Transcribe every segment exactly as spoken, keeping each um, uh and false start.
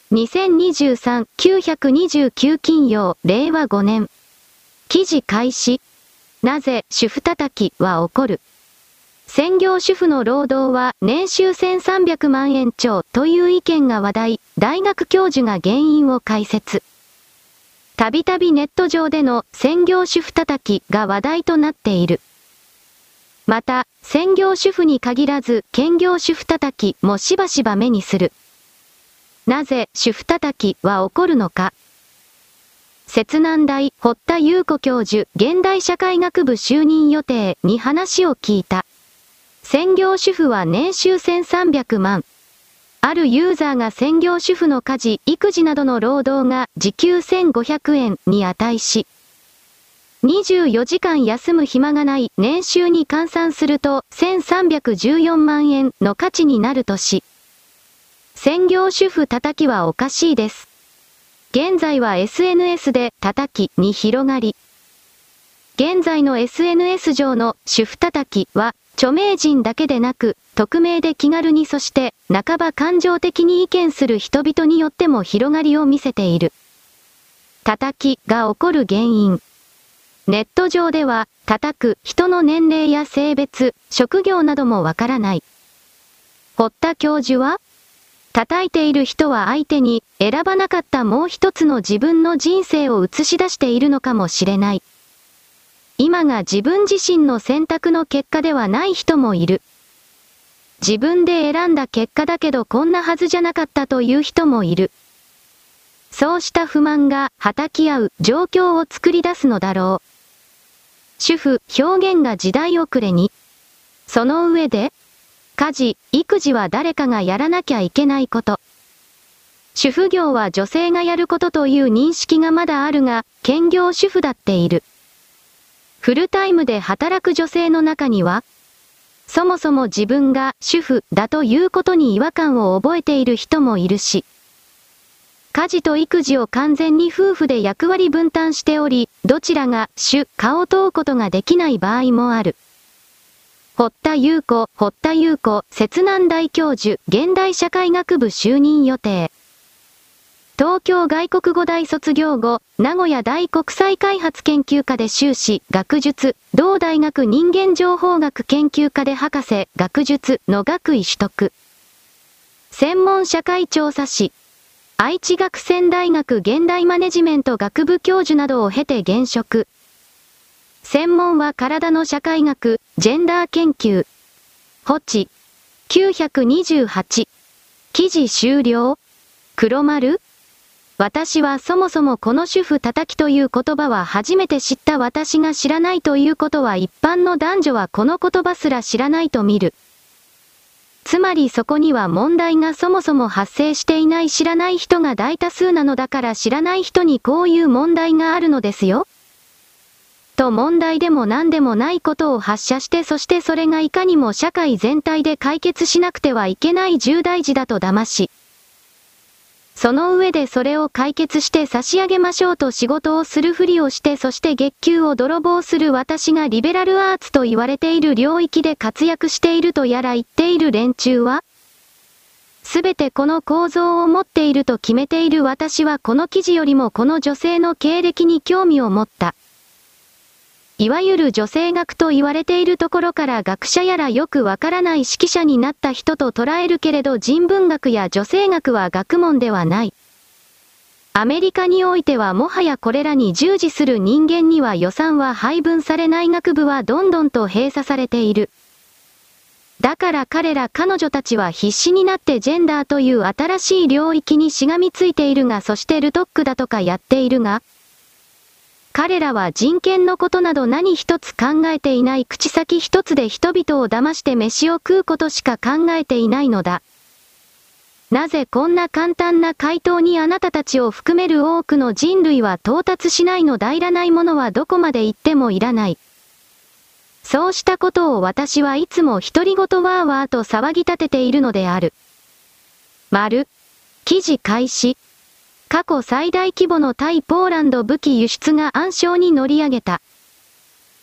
にせんにじゅうさん、きゅうひゃくにじゅうきゅう金曜、れいわごねん。記事開始。なぜ主婦叩きは起こる？専業主婦の労働は年収せんさんびゃくまんえん超という意見が話題、大学教授が原因を解説。たびたびネット上での専業主婦叩きが話題となっている。また、専業主婦に限らず兼業主婦叩きもしばしば目にする。なぜ主婦叩きは起こるのか。摂南大堀田裕子教授現代社会学部就任予定に話を聞いた。専業主婦は年収せんさんびゃくまん。あるユーザーが専業主婦の家事、育児などの労働が時給せんごひゃくえんに値し、にじゅうよじかん休む暇がない年収に換算するとせんさんびゃくじゅうよんまんえんの価値になるとし、専業主婦叩きはおかしいです。現在は エスエヌエス で叩きに広がり、現在の エスエヌエス 上の主婦叩きは著名人だけでなく、匿名で気軽にそして半ば感情的に意見する人々によっても広がりを見せている。叩きが起こる原因。ネット上では、叩く人の年齢や性別、職業などもわからない。堀田教授は、叩いている人は相手に選ばなかったもう一つの自分の人生を映し出しているのかもしれない。今が自分自身の選択の結果ではない人もいる。自分で選んだ結果だけどこんなはずじゃなかったという人もいる。そうした不満が叩き合う状況を作り出すのだろう。主婦、表現が時代遅れに。その上で、家事、育児は誰かがやらなきゃいけないこと。主婦業は女性がやることという認識がまだあるが、兼業主婦だっている。フルタイムで働く女性の中には、そもそも自分が主婦だということに違和感を覚えている人もいるし、家事と育児を完全に夫婦で役割分担しており、どちらが主かを問うことができない場合もある。堀田裕子、堀田裕子、摂南大教授、現代社会学部就任予定。東京外国語大卒業後、名古屋大国際開発研究科で修士、学術、同大学人間情報学研究科で博士、学術の学位取得。専門社会調査士。愛知学専大学現代マネジメント学部教授などを経て現職。専門は体の社会学、ジェンダー研究。ホチ。きゅうひゃくにじゅうはち。記事終了。黒丸？私はそもそもこの主婦叩きという言葉は初めて知った私が知らないということは一般の男女はこの言葉すら知らないと見る。つまりそこには問題がそもそも発生していない知らない人が大多数なのだから知らない人にこういう問題があるのですよ。と問題でも何でもないことを発射してそしてそれがいかにも社会全体で解決しなくてはいけない重大事だと騙し。その上でそれを解決して差し上げましょうと仕事をするふりをしてそして月給を泥棒する私がリベラルアーツと言われている領域で活躍しているとやら言っている連中は、すべてこの構造を持っていると決めている私はこの記事よりもこの女性の経歴に興味を持った。いわゆる女性学と言われているところから学者やらよくわからない指揮者になった人と捉えるけれど人文学や女性学は学問ではない。アメリカにおいてはもはやこれらに従事する人間には予算は配分されない学部はどんどんと閉鎖されている。だから彼ら彼女たちは必死になってジェンダーという新しい領域にしがみついているがそしてルトックだとかやっているが、彼らは人権のことなど何一つ考えていない口先一つで人々を騙して飯を食うことしか考えていないのだ。なぜこんな簡単な回答にあなたたちを含める多くの人類は到達しないのだ。いらないものはどこまで行ってもいらない。そうしたことを私はいつも独り言わーわーと騒ぎ立てているのである。丸。記事開始。過去最大規模の対ポーランド武器輸出が暗礁に乗り上げた。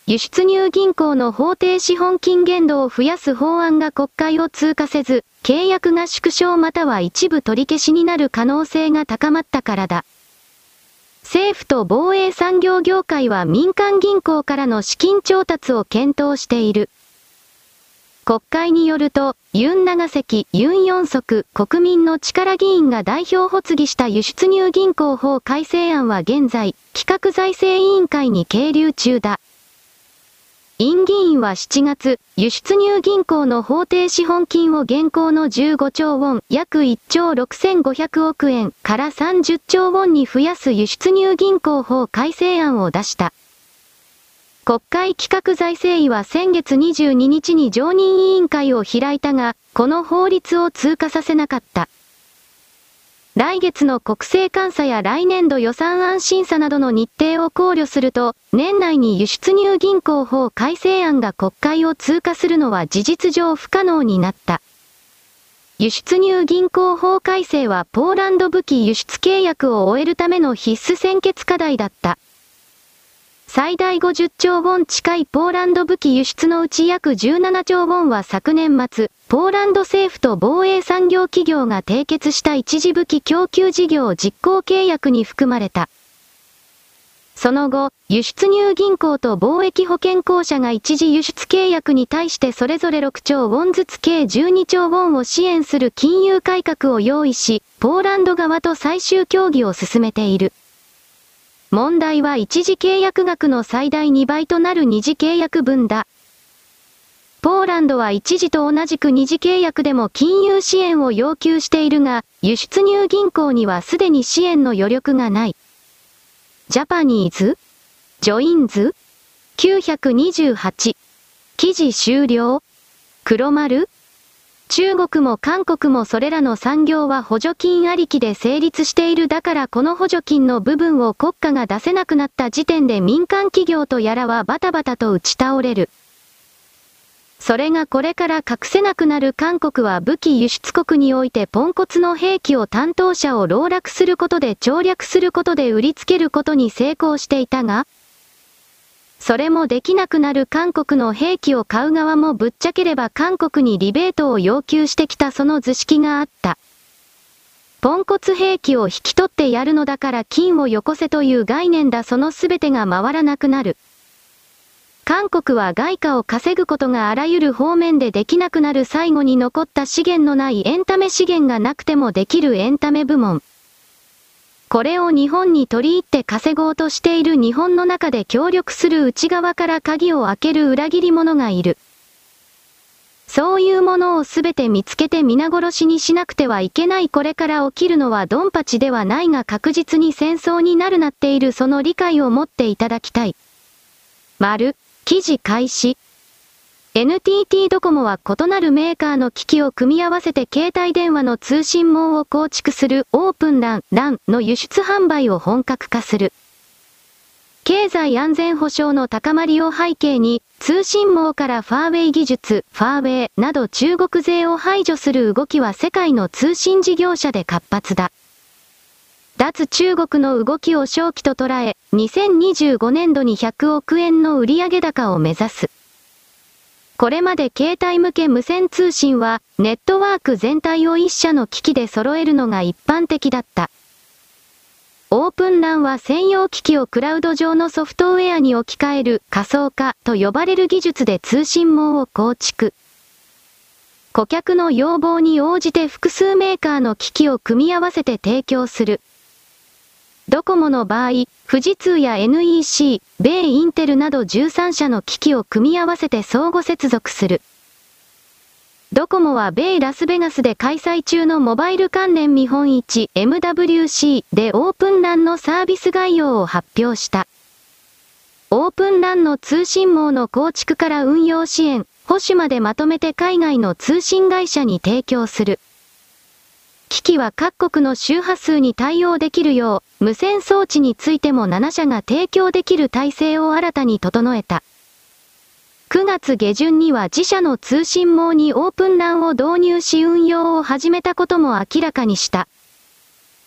輸出入銀行の法定資本金限度を増やす法案が国会を通過せず、契約が縮小または一部取り消しになる可能性が高まったからだ。政府と防衛産業業界は民間銀行からの資金調達を検討している。国会によると、ユン長関、ユンヨンソク、国民の力議員が代表発議した輸出入銀行法改正案は現在、企画財政委員会に係留中だ。院議員はしちがつ、輸出入銀行の法定資本金を現行のじゅうごちょうウォン、約いっちょうろくせんごひゃくおくえんからさんじゅっちょうウォンに増やす輸出入銀行法改正案を出した。国会企画財政委は先月にじゅうににちに常任委員会を開いたが、この法律を通過させなかった。来月の国政監査や来年度予算案審査などの日程を考慮すると、年内に輸出入銀行法改正案が国会を通過するのは事実上不可能になった。輸出入銀行法改正はポーランド武器輸出契約を終えるための必須先決課題だった。最大ごじゅっちょうウォン近いポーランド武器輸出のうち約じゅうななちょうウォンは昨年末、ポーランド政府と防衛産業企業が締結した一時武器供給事業実行契約に含まれた。その後、輸出入銀行と貿易保険公社が一時輸出契約に対してそれぞれろくちょうウォンずつ計じゅうにちょうウォンを支援する金融改革を用意し、ポーランド側と最終協議を進めている。問題は一時契約額の最大にばいとなる二次契約分だ。ポーランドは一時と同じく二次契約でも金融支援を要求しているが、輸出入銀行にはすでに支援の余力がない。ジャパニーズ？ジョインズ？ きゅうひゃくにじゅうはち。記事終了？黒丸？中国も韓国もそれらの産業は補助金ありきで成立している。だからこの補助金の部分を国家が出せなくなった時点で民間企業とやらはバタバタと打ち倒れる。それがこれから隠せなくなる。韓国は武器輸出国においてポンコツの兵器を担当者を籠絡することで調略することで売りつけることに成功していたが、それもできなくなる。韓国の兵器を買う側もぶっちゃければ韓国にリベートを要求してきたその図式があった。ポンコツ兵器を引き取ってやるのだから金をよこせという概念だ。そのすべてが回らなくなる。韓国は外貨を稼ぐことがあらゆる方面でできなくなる。最後に残った資源のないエンタメ資源がなくてもできるエンタメ部門。これを日本に取り入って稼ごうとしている。日本の中で協力する内側から鍵を開ける裏切り者がいる。そういうものをすべて見つけて皆殺しにしなくてはいけない。これから起きるのはドンパチではないが確実に戦争になるなっている。その理解を持っていただきたい。丸、記事開始。エヌティーティー ドコモは異なるメーカーの機器を組み合わせて携帯電話の通信網を構築するオープンラン、ラン の輸出販売を本格化する。経済安全保障の高まりを背景に、通信網からファーウェイ技術、ファーウェイなど中国勢を排除する動きは世界の通信事業者で活発だ。脱中国の動きを商機と捉え、にせんにじゅうごねんどにひゃくおくえんの売上高を目指す。これまで携帯向け無線通信は、ネットワーク全体を一社の機器で揃えるのが一般的だった。オープンランは専用機器をクラウド上のソフトウェアに置き換える仮想化と呼ばれる技術で通信網を構築。顧客の要望に応じて複数メーカーの機器を組み合わせて提供する。ドコモの場合、富士通や エヌイーシー、米インテルなどじゅうさんしゃの機器を組み合わせて相互接続する。ドコモは米ラスベガスで開催中のモバイル関連見本市 エムダブリューシー でオープンランのサービス概要を発表した。オープンランの通信網の構築から運用支援、保守までまとめて海外の通信会社に提供する。機器は各国の周波数に対応できるよう、無線装置についてもななしゃが提供できる体制を新たに整えた。くがつげじゅんには自社の通信網にオープンランを導入し運用を始めたことも明らかにした。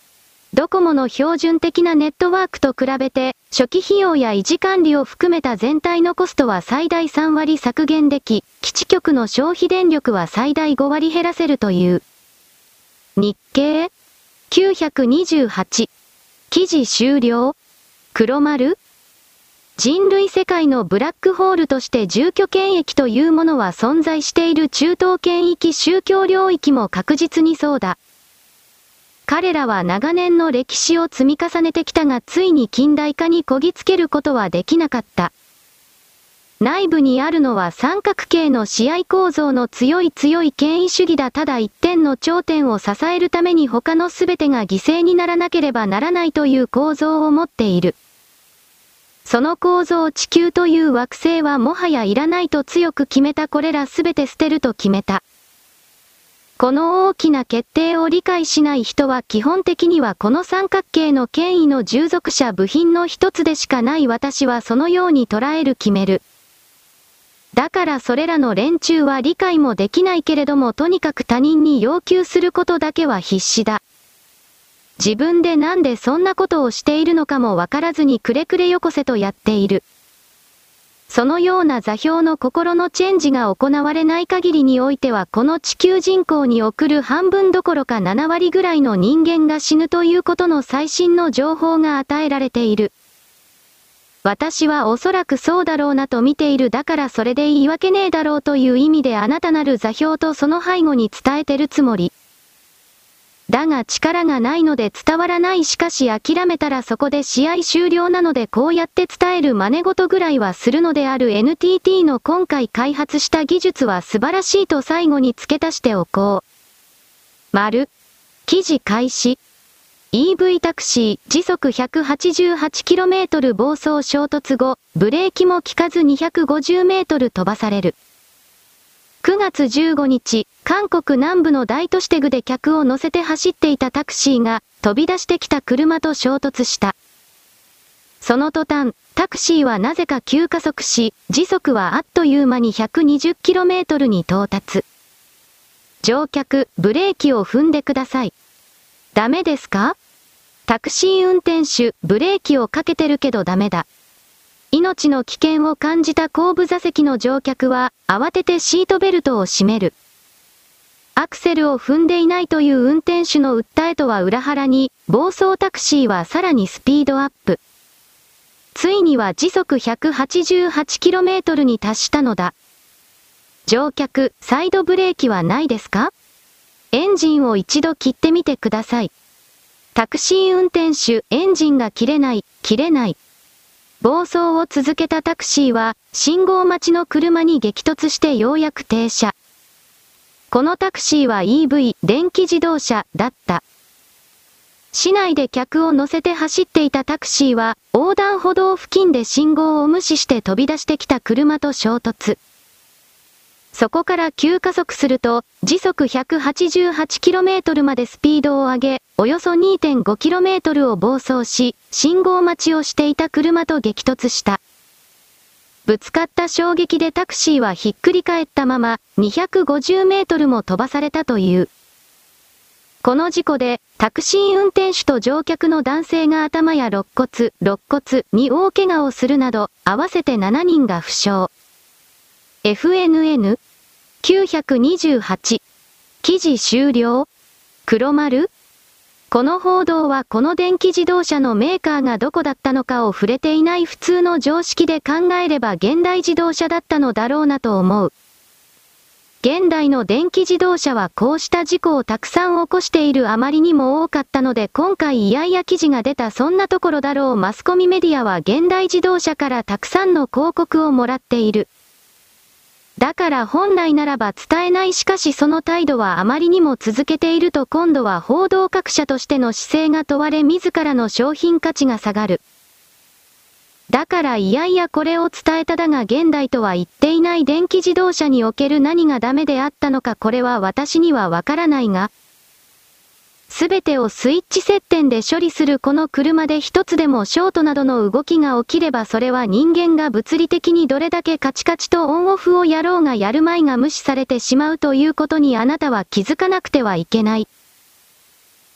ドコモの標準的なネットワークと比べて、初期費用や維持管理を含めた全体のコストは最大さんわり削減でき、基地局の消費電力は最大ごわり減らせるという。日経きゅうひゃくにじゅうはち。記事終了。黒丸？人類世界のブラックホールとして住居権益というものは存在している中東圏域宗教領域も確実にそうだ。彼らは長年の歴史を積み重ねてきたがついに近代化にこぎつけることはできなかった。内部にあるのは三角形の支配構造の強い強い権威主義だ。ただ一点の頂点を支えるために他の全てが犠牲にならなければならないという構造を持っている。その構造地球という惑星はもはやいらないと強く決めた。これら全て捨てると決めた。この大きな決定を理解しない人は基本的にはこの三角形の権威の従属者部品の一つでしかない。私はそのように捉える。決める。だからそれらの連中は理解もできないけれどもとにかく他人に要求することだけは必死だ。自分でなんでそんなことをしているのかもわからずにくれくれよこせとやっている。そのような座標の心のチェンジが行われない限りにおいてはこの地球人口に送る半分どころかななわりぐらいの人間が死ぬということの最新の情報が与えられている。私はおそらくそうだろうなと見ている。だからそれで言い訳ねえだろうという意味であなたなる座標とその背後に伝えてるつもり。だが力がないので伝わらない。しかし諦めたらそこで試合終了なのでこうやって伝える真似事ぐらいはするのである。 エヌティーティー の今回開発した技術は素晴らしいと最後に付け足しておこう。丸。記事開始。イーブイ タクシー時速 ひゃくはちじゅうはちキロメートル 暴走衝突後、ブレーキも効かずにひゃくごじゅうメートル飛ばされる。くがつじゅうごにち、韓国南部の大都市テグで客を乗せて走っていたタクシーが飛び出してきた車と衝突した。その途端、タクシーはなぜか急加速し、時速はあっという間に ひゃくにじゅっキロメートル に到達。乗客、ブレーキを踏んでください。ダメですか？タクシー運転手、ブレーキをかけてるけどダメだ。命の危険を感じた後部座席の乗客は、慌ててシートベルトを締める。アクセルを踏んでいないという運転手の訴えとは裏腹に、暴走タクシーはさらにスピードアップ。ついには時速 ひゃくはちじゅうはちキロメートル に達したのだ。乗客、サイドブレーキはないですか？エンジンを一度切ってみてください。タクシー運転手、エンジンが切れない、切れない。暴走を続けたタクシーは、信号待ちの車に激突してようやく停車。このタクシーは イーブイ、電気自動車、だった。市内で客を乗せて走っていたタクシーは、横断歩道付近で信号を無視して飛び出してきた車と衝突。そこから急加速すると、時速 ひゃくはちじゅうはちキロメートル までスピードを上げ、およそ にてんごキロメートル を暴走し、信号待ちをしていた車と激突した。ぶつかった衝撃でタクシーはひっくり返ったまま、にひゃくごじゅうメートルも飛ばされたという。この事故で、タクシー運転手と乗客の男性が頭や肋骨、肋骨に大怪我をするなど、合わせてななにんが負傷。エフエヌエヌきゅうひゃくにじゅうはち。記事終了？黒丸？この報道はこの電気自動車のメーカーがどこだったのかを触れていない普通の常識で考えれば現代自動車だったのだろうなと思う。現代の電気自動車はこうした事故をたくさん起こしているあまりにも多かったので今回いやいや記事が出たそんなところだろう。マスコミメディアは現代自動車からたくさんの広告をもらっている。だから本来ならば伝えない。しかしその態度はあまりにも続けていると今度は報道各社としての姿勢が問われ自らの商品価値が下がる。だからいやいやこれを伝えただが現代とは言っていない電気自動車における何がダメであったのかこれは私にはわからないが、すべてをスイッチ接点で処理するこの車で一つでもショートなどの動きが起きればそれは人間が物理的にどれだけカチカチとオンオフをやろうがやるまいが無視されてしまうということにあなたは気づかなくてはいけない。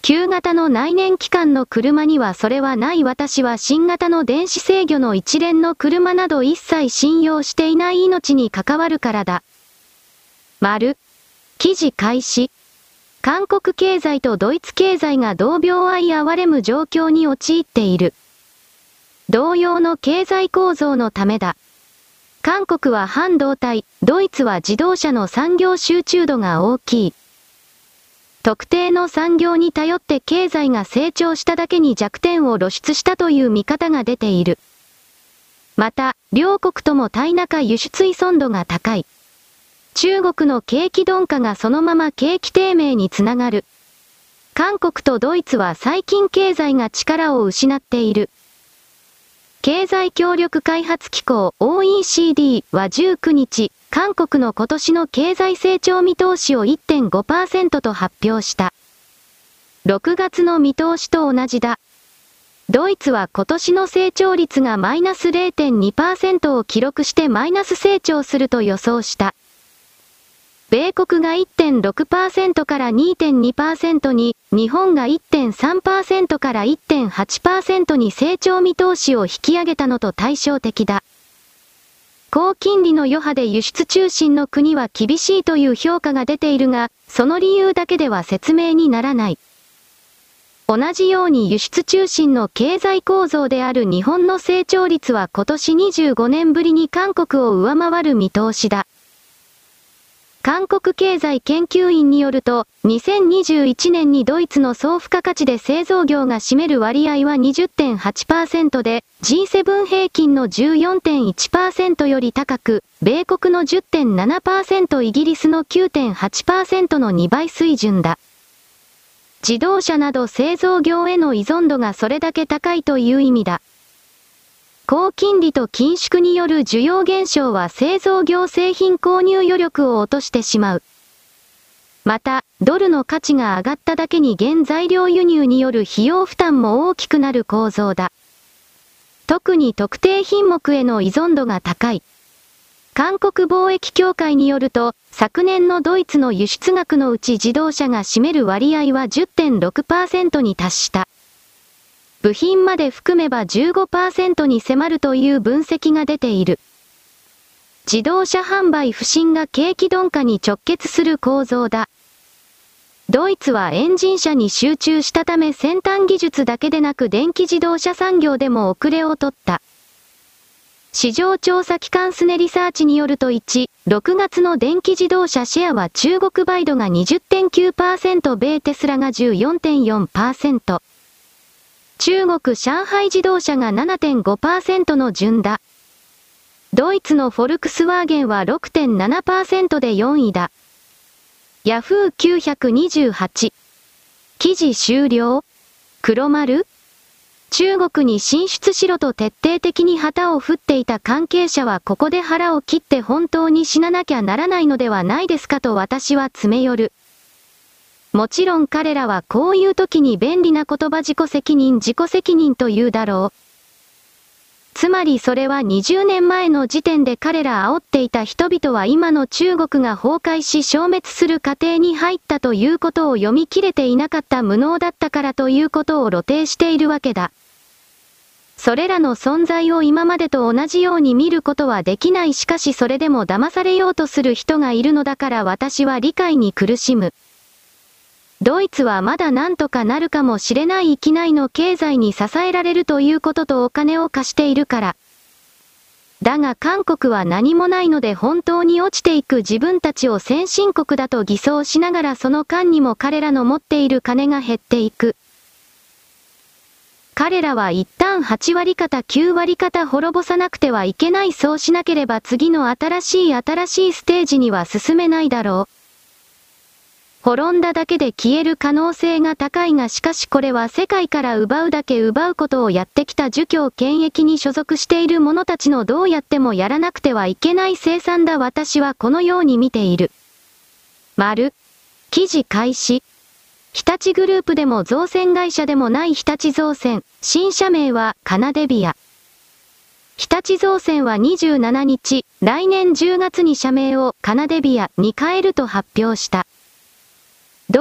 旧型の内燃機関の車にはそれはない。私は新型の電子制御の一連の車など一切信用していない。命に関わるからだ。丸。記事開始。韓国経済とドイツ経済が同病相憐れむ状況に陥っている。同様の経済構造のためだ。韓国は半導体、ドイツは自動車の産業集中度が大きい。特定の産業に頼って経済が成長しただけに弱点を露出したという見方が出ている。また、両国とも対中輸出依存度が高い。中国の景気鈍化がそのまま景気低迷につながる。韓国とドイツは最近経済が力を失っている。経済協力開発機構 オーイーシーディー はじゅうくにち、韓国の今年の経済成長見通しを いってんごパーセント と発表した。ろくがつの見通しと同じだ。ドイツは今年の成長率がマイナス れいてんにパーセント を記録してマイナス成長すると予想した。米国が いってんろくパーセント から にてんにパーセント に、日本が いってんさんパーセント から いってんはちパーセント に成長見通しを引き上げたのと対照的だ。高金利の余波で輸出中心の国は厳しいという評価が出ているが、その理由だけでは説明にならない。同じように輸出中心の経済構造である日本の成長率は今年にじゅうごねんぶりに韓国を上回る見通しだ。韓国経済研究院によると、にせんにじゅういちねんにドイツの総付加価値で製造業が占める割合は にじゅってんはちパーセント で、ジーセブン 平均の じゅうよんてんいちパーセント より高く、米国の じゅってんななパーセント、イギリスの きゅうてんはちパーセント のにばい水準だ。自動車など製造業への依存度がそれだけ高いという意味だ。高金利と緊縮による需要減少は製造業製品購入余力を落としてしまう。また、ドルの価値が上がっただけに原材料輸入による費用負担も大きくなる構造だ。特に特定品目への依存度が高い。韓国貿易協会によると、昨年のドイツの輸出額のうち自動車が占める割合は じゅってんろくパーセント に達した。部品まで含めば じゅうごパーセント に迫るという分析が出ている。自動車販売不振が景気鈍化に直結する構造だ。ドイツはエンジン車に集中したため先端技術だけでなく電気自動車産業でも遅れを取った。市場調査機関スネリサーチによるといち、ろくがつの電気自動車シェアは中国バイドが にじゅってんきゅうパーセント、米テスラが じゅうよんてんよんパーセント。中国上海自動車が ななてんごパーセント の順だ。ドイツのフォルクスワーゲンは ろくてんななパーセント でよんいだ。ヤフーきゅうひゃくにじゅうはち。記事終了？黒丸？中国に進出しろと徹底的に旗を振っていた関係者はここで腹を切って本当に死ななきゃならないのではないですかと私は詰め寄る。もちろん彼らはこういう時に便利な言葉自己責任自己責任と言うだろう。つまりそれはにじゅうねんまえの時点で彼ら煽っていた人々は今の中国が崩壊し消滅する過程に入ったということを読み切れていなかった無能だったからということを露呈しているわけだ。それらの存在を今までと同じように見ることはできない。しかしそれでも騙されようとする人がいるのだから私は理解に苦しむ。ドイツはまだなんとかなるかもしれない域内の経済に支えられるということとお金を貸しているから。だが韓国は何もないので本当に落ちていく自分たちを先進国だと偽装しながらその間にも彼らの持っている金が減っていく。彼らは一旦はちわり方きゅうわり方滅ぼさなくてはいけない。そうしなければ次の新しい新しいステージには進めないだろう。滅んだだけで消える可能性が高いがしかしこれは世界から奪うだけ奪うことをやってきた儒教権益に所属している者たちのどうやってもやらなくてはいけない生産だ。私はこのように見ている。丸。記事開始。日立グループでも造船会社でもない日立造船、新社名はカナデビア。日立造船はにじゅうしちにち、来年じゅうがつに社名をカナデビアに変えると発表した。同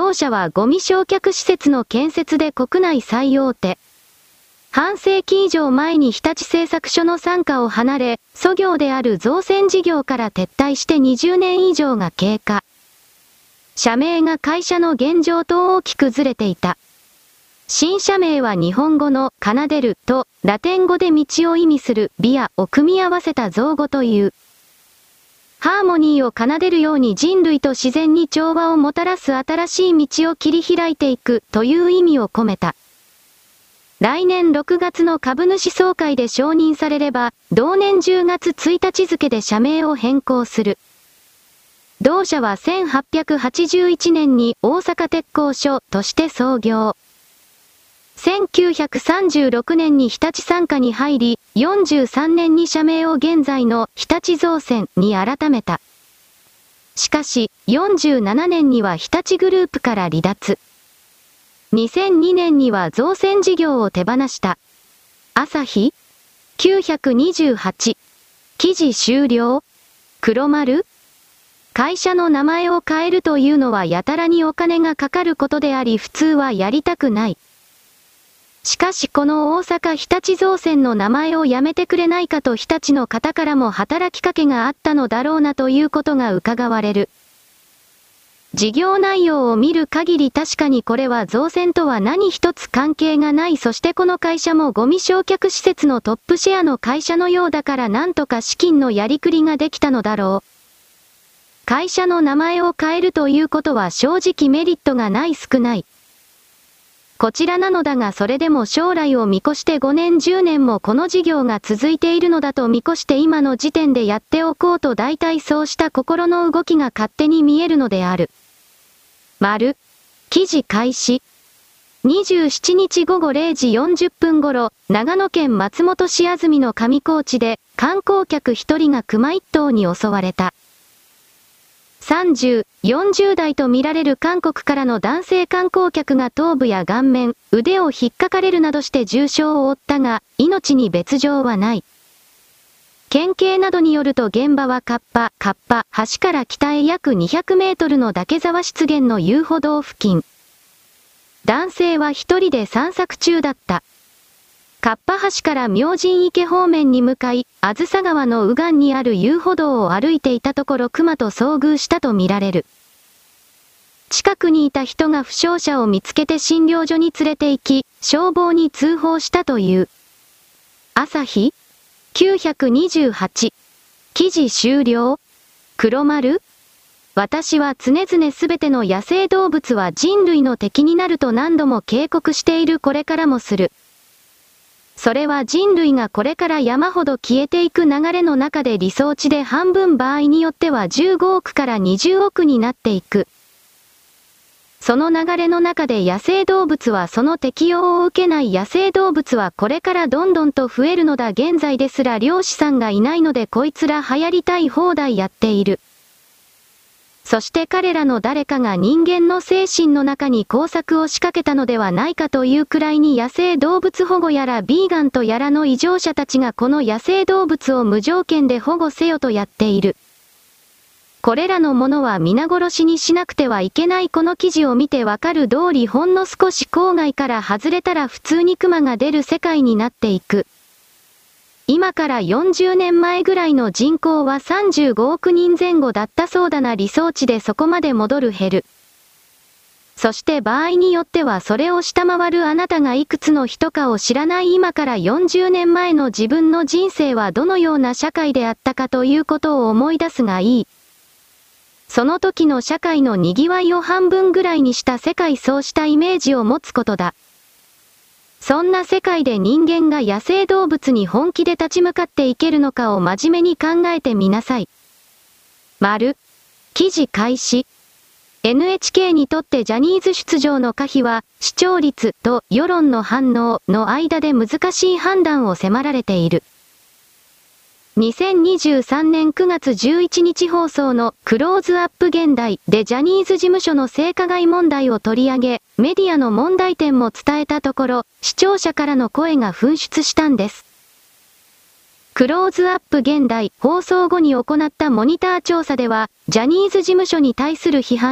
同社はゴミ焼却施設の建設で国内最大手。半世紀以上前に日立製作所の傘下を離れ、祖業である造船事業から撤退してにじゅうねん以上が経過。社名が会社の現状と大きくずれていた。新社名は日本語の奏でるとラテン語で道を意味するビアを組み合わせた造語という。ハーモニーを奏でるように人類と自然に調和をもたらす新しい道を切り開いていくという意味を込めた。来年ろくがつの株主総会で承認されれば、同年じゅうがつついたち付で社名を変更する。同社はせんはっぴゃくはちじゅういちねんに大阪鉄工所として創業。せんきゅうひゃくさんじゅうろくねんに日立傘下に入り、よんじゅうさんねんに社名を現在の日立造船に改めた。しかし、よんじゅうななねんには日立グループから離脱。にせんにねんには造船事業を手放した。朝日 きゅうひゃくにじゅうはち。記事終了。黒丸会社の名前を変えるというのはやたらにお金がかかることであり普通はやりたくない。しかしこの大阪日立造船の名前をやめてくれないかと日立の方からも働きかけがあったのだろうなということが伺われる。事業内容を見る限り確かにこれは造船とは何一つ関係がない。そしてこの会社もゴミ焼却施設のトップシェアの会社のようだからなんとか資金のやりくりができたのだろう。会社の名前を変えるということは正直メリットがない少ない。こちらなのだがそれでも将来を見越してごねんじゅうねんもこの事業が続いているのだと見越して今の時点でやっておこうと大体そうした心の動きが勝手に見えるのである。丸。記事開始。にじゅうしちにちごごれいじよんじゅっぷん頃、長野県松本市安曇の上高地で観光客ひとりが熊一頭に襲われた。さんじゅう、よんじゅうだいと見られる韓国からの男性観光客が頭部や顔面、腕を引っかかれるなどして重傷を負ったが、命に別状はない。県警などによると現場はカッパ、カッパ、橋から北へ約にひゃくメートルの岳沢湿原の遊歩道付近。男性は一人で散策中だった。カッパ橋から明神池方面に向かい、あずさ川の右岸にある遊歩道を歩いていたところ熊と遭遇したとみられる。近くにいた人が負傷者を見つけて診療所に連れて行き、消防に通報したという。朝日 きゅうひゃくにじゅうはち。記事終了。黒丸私は常々すべての野生動物は人類の敵になると何度も警告している。これからもする。それは人類がこれから山ほど消えていく流れの中で理想値で半分場合によってはじゅうごおくからにじゅうおくになっていく。その流れの中で野生動物はその適用を受けない野生動物はこれからどんどんと増えるのだ。現在ですら漁師さんがいないのでこいつら流行りたい放題やっている。そして彼らの誰かが人間の精神の中に工作を仕掛けたのではないかというくらいに野生動物保護やらビーガンとやらの異常者たちがこの野生動物を無条件で保護せよとやっている。これらのものは皆殺しにしなくてはいけない。この記事を見てわかる通りほんの少し郊外から外れたら普通に熊が出る世界になっていく。今からよんじゅうねんまえぐらいの人口はさんじゅうごおくにんぜん後だったそうだな。理想値でそこまで戻る減る。そして場合によってはそれを下回る。あなたがいくつの人かを知らない今からよんじゅうねんまえの自分の人生はどのような社会であったかということを思い出すがいい。その時の社会の賑わいを半分ぐらいにした世界、そうしたイメージを持つことだ。そんな世界で人間が野生動物に本気で立ち向かっていけるのかを真面目に考えてみなさい。丸。記事開始。エヌエイチケー にとってジャニーズ出場の可否は、視聴率と世論の反応の間で難しい判断を迫られている。にせんにじゅうさんねんくがつじゅういちにち放送のクローズアップ現代でジャニーズ事務所の性加害問題を取り上げ、メディアの問題点も伝えたところ、視聴者からの声が噴出したんです。クローズアップ現代放送後に行ったモニター調査では、ジャニーズ事務所に対する批判や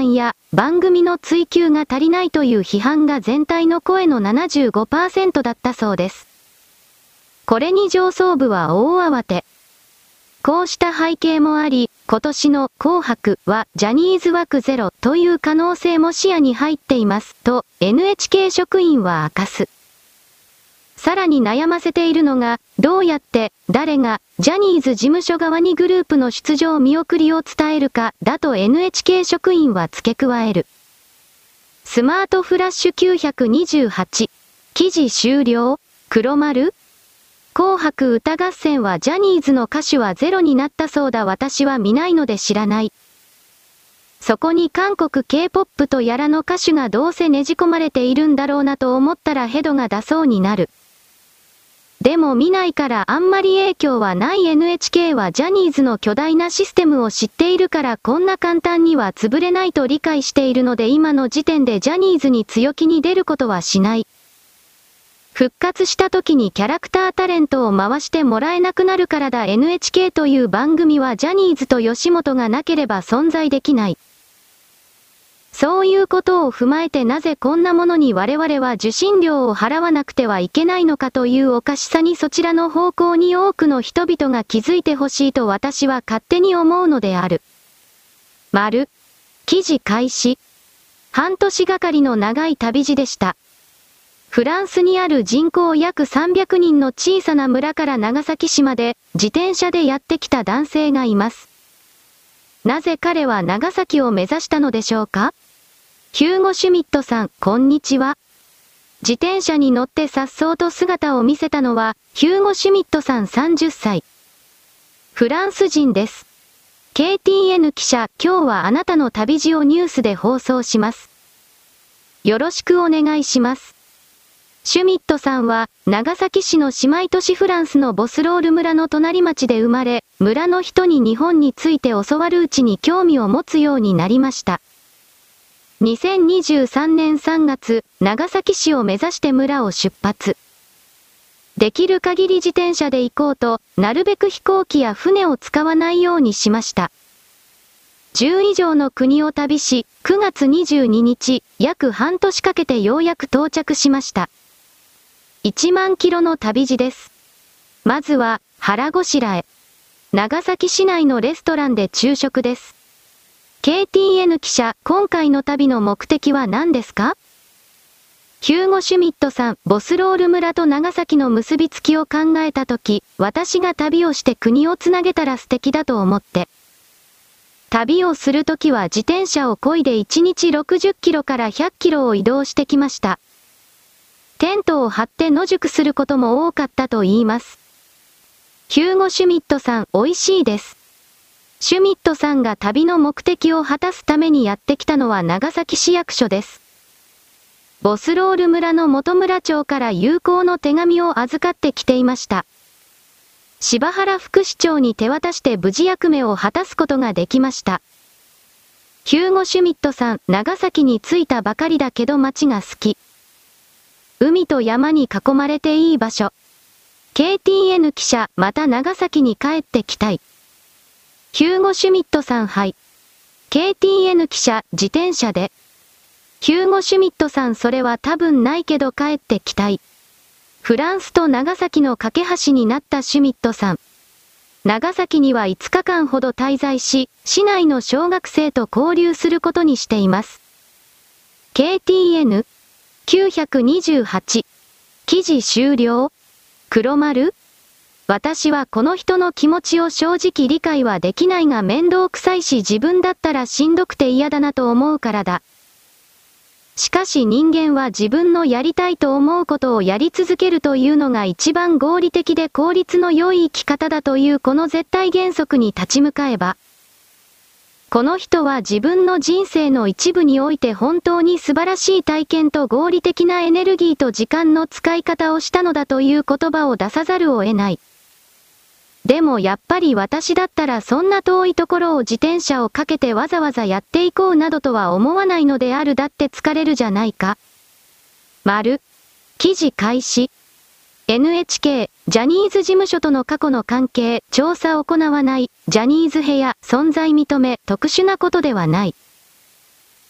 番組の追求が足りないという批判が全体の声の ななじゅうごパーセント だったそうです。これに上層部は大慌て。こうした背景もあり、今年の紅白はジャニーズ枠ゼロという可能性も視野に入っていますと エヌエイチケー 職員は明かす。さらに悩ませているのが、どうやって、誰が、ジャニーズ事務所側にグループの出場見送りを伝えるか、だと エヌエイチケー 職員は付け加える。スマートフラッシュきゅうひゃくにじゅうはち。記事終了？黒丸？紅白歌合戦はジャニーズの歌手はゼロになったそうだ。私は見ないので知らない。そこに韓国 ケーポップ とやらの歌手がどうせねじ込まれているんだろうなと思ったらヘドが出そうになる。でも見ないからあんまり影響はない。 エヌエイチケー はジャニーズの巨大なシステムを知っているからこんな簡単には潰れないと理解しているので今の時点でジャニーズに強気に出ることはしない。復活した時にキャラクタータレントを回してもらえなくなるからだ。 エヌエイチケー という番組はジャニーズと吉本がなければ存在できない。そういうことを踏まえてなぜこんなものに我々は受信料を払わなくてはいけないのかというおかしさにそちらの方向に多くの人々が気づいてほしいと私は勝手に思うのである。丸。記事開始。半年がかりの長い旅路でした。フランスにある人口約さんびゃくにんの小さな村から長崎市まで自転車でやってきた男性がいます。なぜ彼は長崎を目指したのでしょうか？ヒューゴ・シュミットさん、こんにちは。自転車に乗って颯爽と姿を見せたのは、ヒューゴ・シュミットさんさんじゅっさい。フランス人です。ケーティーエヌ 記者、今日はあなたの旅路をニュースで放送します。よろしくお願いします。シュミットさんは、長崎市の姉妹都市フランスのボスロール村の隣町で生まれ、村の人に日本について教わるうちに興味を持つようになりました。にせんにじゅうさんねんさんがつ、長崎市を目指して村を出発。できる限り自転車で行こうと、なるべく飛行機や船を使わないようにしました。じゅう以上の国を旅し、くがつにじゅうににち、約半年かけてようやく到着しました。いちまんキロの旅路です。まずは、腹ごしらえ。長崎市内のレストランで昼食です。ケーティーエヌ 記者、今回の旅の目的は何ですか？ヒューゴ・シュミットさん、ボスロール村と長崎の結びつきを考えたとき、私が旅をして国をつなげたら素敵だと思って。旅をするときは自転車を漕いでいちにちろくじゅっキロからひゃっキロを移動してきました。テントを張って野宿することも多かったと言います。ヒューゴ・シュミットさん、美味しいです。シュミットさんが旅の目的を果たすためにやってきたのは長崎市役所です。ボスロール村の元村長から友好の手紙を預かってきていました。柴原副市長に手渡して無事役目を果たすことができました。ヒューゴ・シュミットさん、長崎に着いたばかりだけど街が好き。海と山に囲まれていい場所。ケーティーエヌ 記者、また長崎に帰ってきたい。ヒューゴ・シュミットさん、はい。ケーティーエヌ 記者、自転車で。ヒューゴ・シュミットさん、それは多分ないけど帰ってきたい。フランスと長崎の架け橋になったシュミットさん。長崎にはいつかかんほど滞在し、市内の小学生と交流することにしています。ケーティーエヌきゅうひゃくにじゅうはち。記事終了？黒丸？私はこの人の気持ちを正直理解はできないが面倒くさいし自分だったらしんどくて嫌だなと思うからだ。しかし人間は自分のやりたいと思うことをやり続けるというのが一番合理的で効率の良い生き方だというこの絶対原則に立ち向かえば、この人は自分の人生の一部において本当に素晴らしい体験と合理的なエネルギーと時間の使い方をしたのだという言葉を出さざるを得ない。でもやっぱり私だったらそんな遠いところを自転車をかけてわざわざやっていこうなどとは思わないのである。だって疲れるじゃないか。丸。記事開始。エヌエイチケー、ジャニーズ事務所との過去の関係、調査行わない、ジャニーズ部屋、存在認め、特殊なことではない。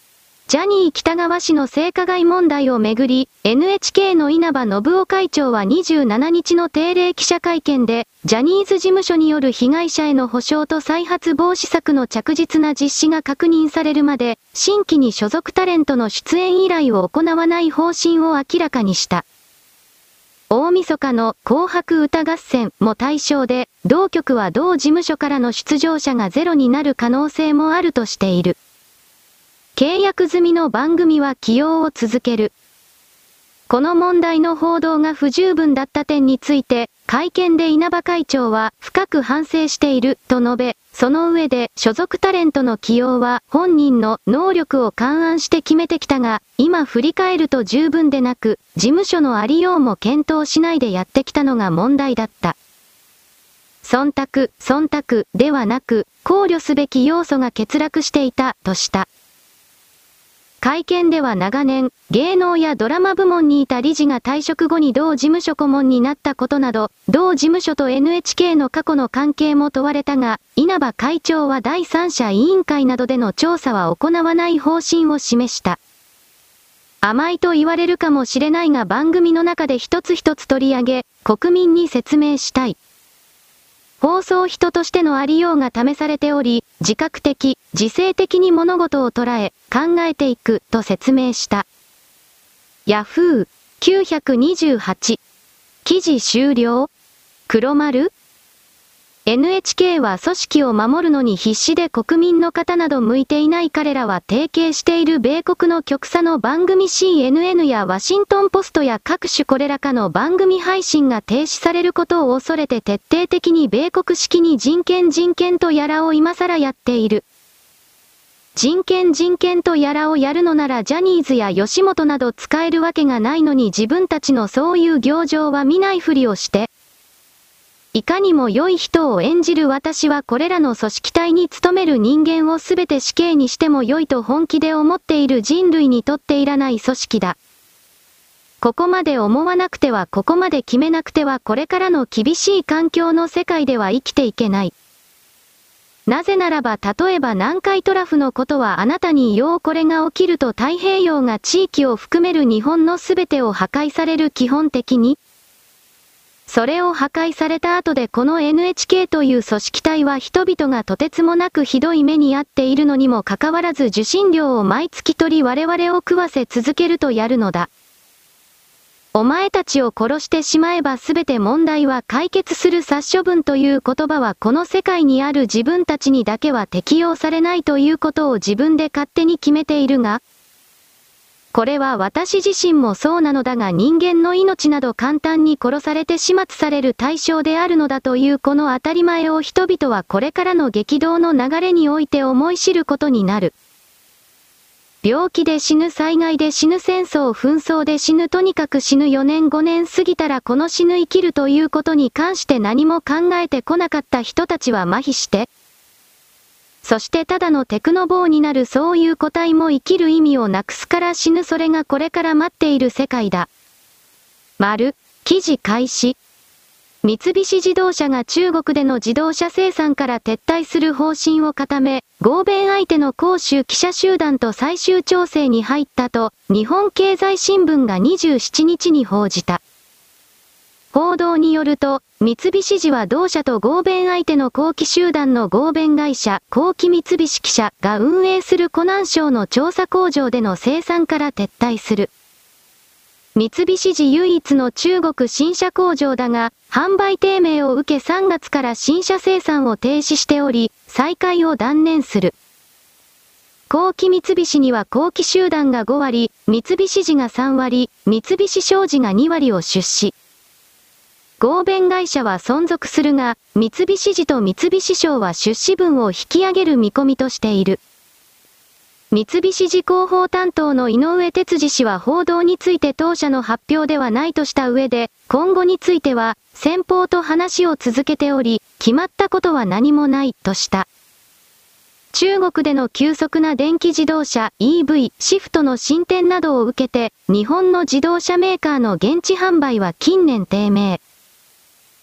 ジャニー喜多川氏の性加害問題をめぐり、エヌエイチケー の稲葉延雄会長はにじゅうしちにちの定例記者会見で、ジャニーズ事務所による被害者への補償と再発防止策の着実な実施が確認されるまで、新規に所属タレントの出演依頼を行わない方針を明らかにした。大晦日の紅白歌合戦も対象で、同局は同事務所からの出場者がゼロになる可能性もあるとしている。契約済みの番組は起用を続ける。この問題の報道が不十分だった点について、会見で稲葉会長は深く反省していると述べ、その上で所属タレントの起用は本人の能力を勘案して決めてきたが、今振り返ると十分でなく、事務所のありようも検討しないでやってきたのが問題だった。忖度、忖度ではなく、考慮すべき要素が欠落していたとした。会見では長年、芸能やドラマ部門にいた理事が退職後に同事務所顧問になったことなど、同事務所と エヌエイチケー の過去の関係も問われたが、稲葉会長は第三者委員会などでの調査は行わない方針を示した。甘いと言われるかもしれないが番組の中で一つ一つ取り上げ、国民に説明したい。放送人としてのありようが試されており、自覚的、自制的に物事を捉え、考えていくと説明した。ヤフーきゅうひゃくにじゅうはち。記事終了？黒丸？ エヌエイチケー は組織を守るのに必死で国民の方など向いていない彼らは提携している米国の局差の番組 シーエヌエヌ やワシントンポストや各種これらかの番組配信が停止されることを恐れて徹底的に米国式に人権人権とやらを今更やっている。人権人権とやらをやるのならジャニーズや吉本など使えるわけがないのに自分たちのそういう行情は見ないふりをして、いかにも良い人を演じる私はこれらの組織体に勤める人間をすべて死刑にしても良いと本気で思っている人類にとっていらない組織だ。ここまで思わなくてはここまで決めなくてはこれからの厳しい環境の世界では生きていけない。なぜならば例えば南海トラフのことはあなたに言おうこれが起きると太平洋が地域を含める日本のすべてを破壊される基本的に。それを破壊された後でこの エヌエイチケー という組織体は人々がとてつもなくひどい目に遭っているのにもかかわらず受信料を毎月取り我々を食わせ続けるとやるのだ。お前たちを殺してしまえばすべて問題は解決する殺処分という言葉はこの世界にある自分たちにだけは適用されないということを自分で勝手に決めているが、これは私自身もそうなのだが人間の命など簡単に殺されて始末される対象であるのだというこの当たり前を人々はこれからの激動の流れにおいて思い知ることになる。病気で死ぬ災害で死ぬ戦争紛争で死ぬとにかく死ぬよねんごねん過ぎたらこの死ぬ生きるということに関して何も考えてこなかった人たちは麻痺して、そしてただのテクノボーになるそういう個体も生きる意味をなくすから死ぬそれがこれから待っている世界だ。丸、記事開始。三菱自動車が中国での自動車生産から撤退する方針を固め、合弁相手の広州記者集団と最終調整に入ったと、日本経済新聞がにじゅうしちにちに報じた。報道によると、三菱地は同社と合弁相手の後期集団の合弁会社、後期三菱汽車が運営する湖南省の調査工場での生産から撤退する。三菱地唯一の中国新車工場だが、販売低迷を受けさんがつから新車生産を停止しており、再開を断念する。後期三菱には後期集団がごわり、三菱地がさんわり、三菱商事がにわりを出資。合弁会社は存続するが、三菱地と三菱商は出資分を引き上げる見込みとしている。三菱地広報担当の井上哲司氏は報道について当社の発表ではないとした上で、今後については、先方と話を続けており、決まったことは何もない、とした。中国での急速な電気自動車 イーブイ シフトの進展などを受けて、日本の自動車メーカーの現地販売は近年低迷。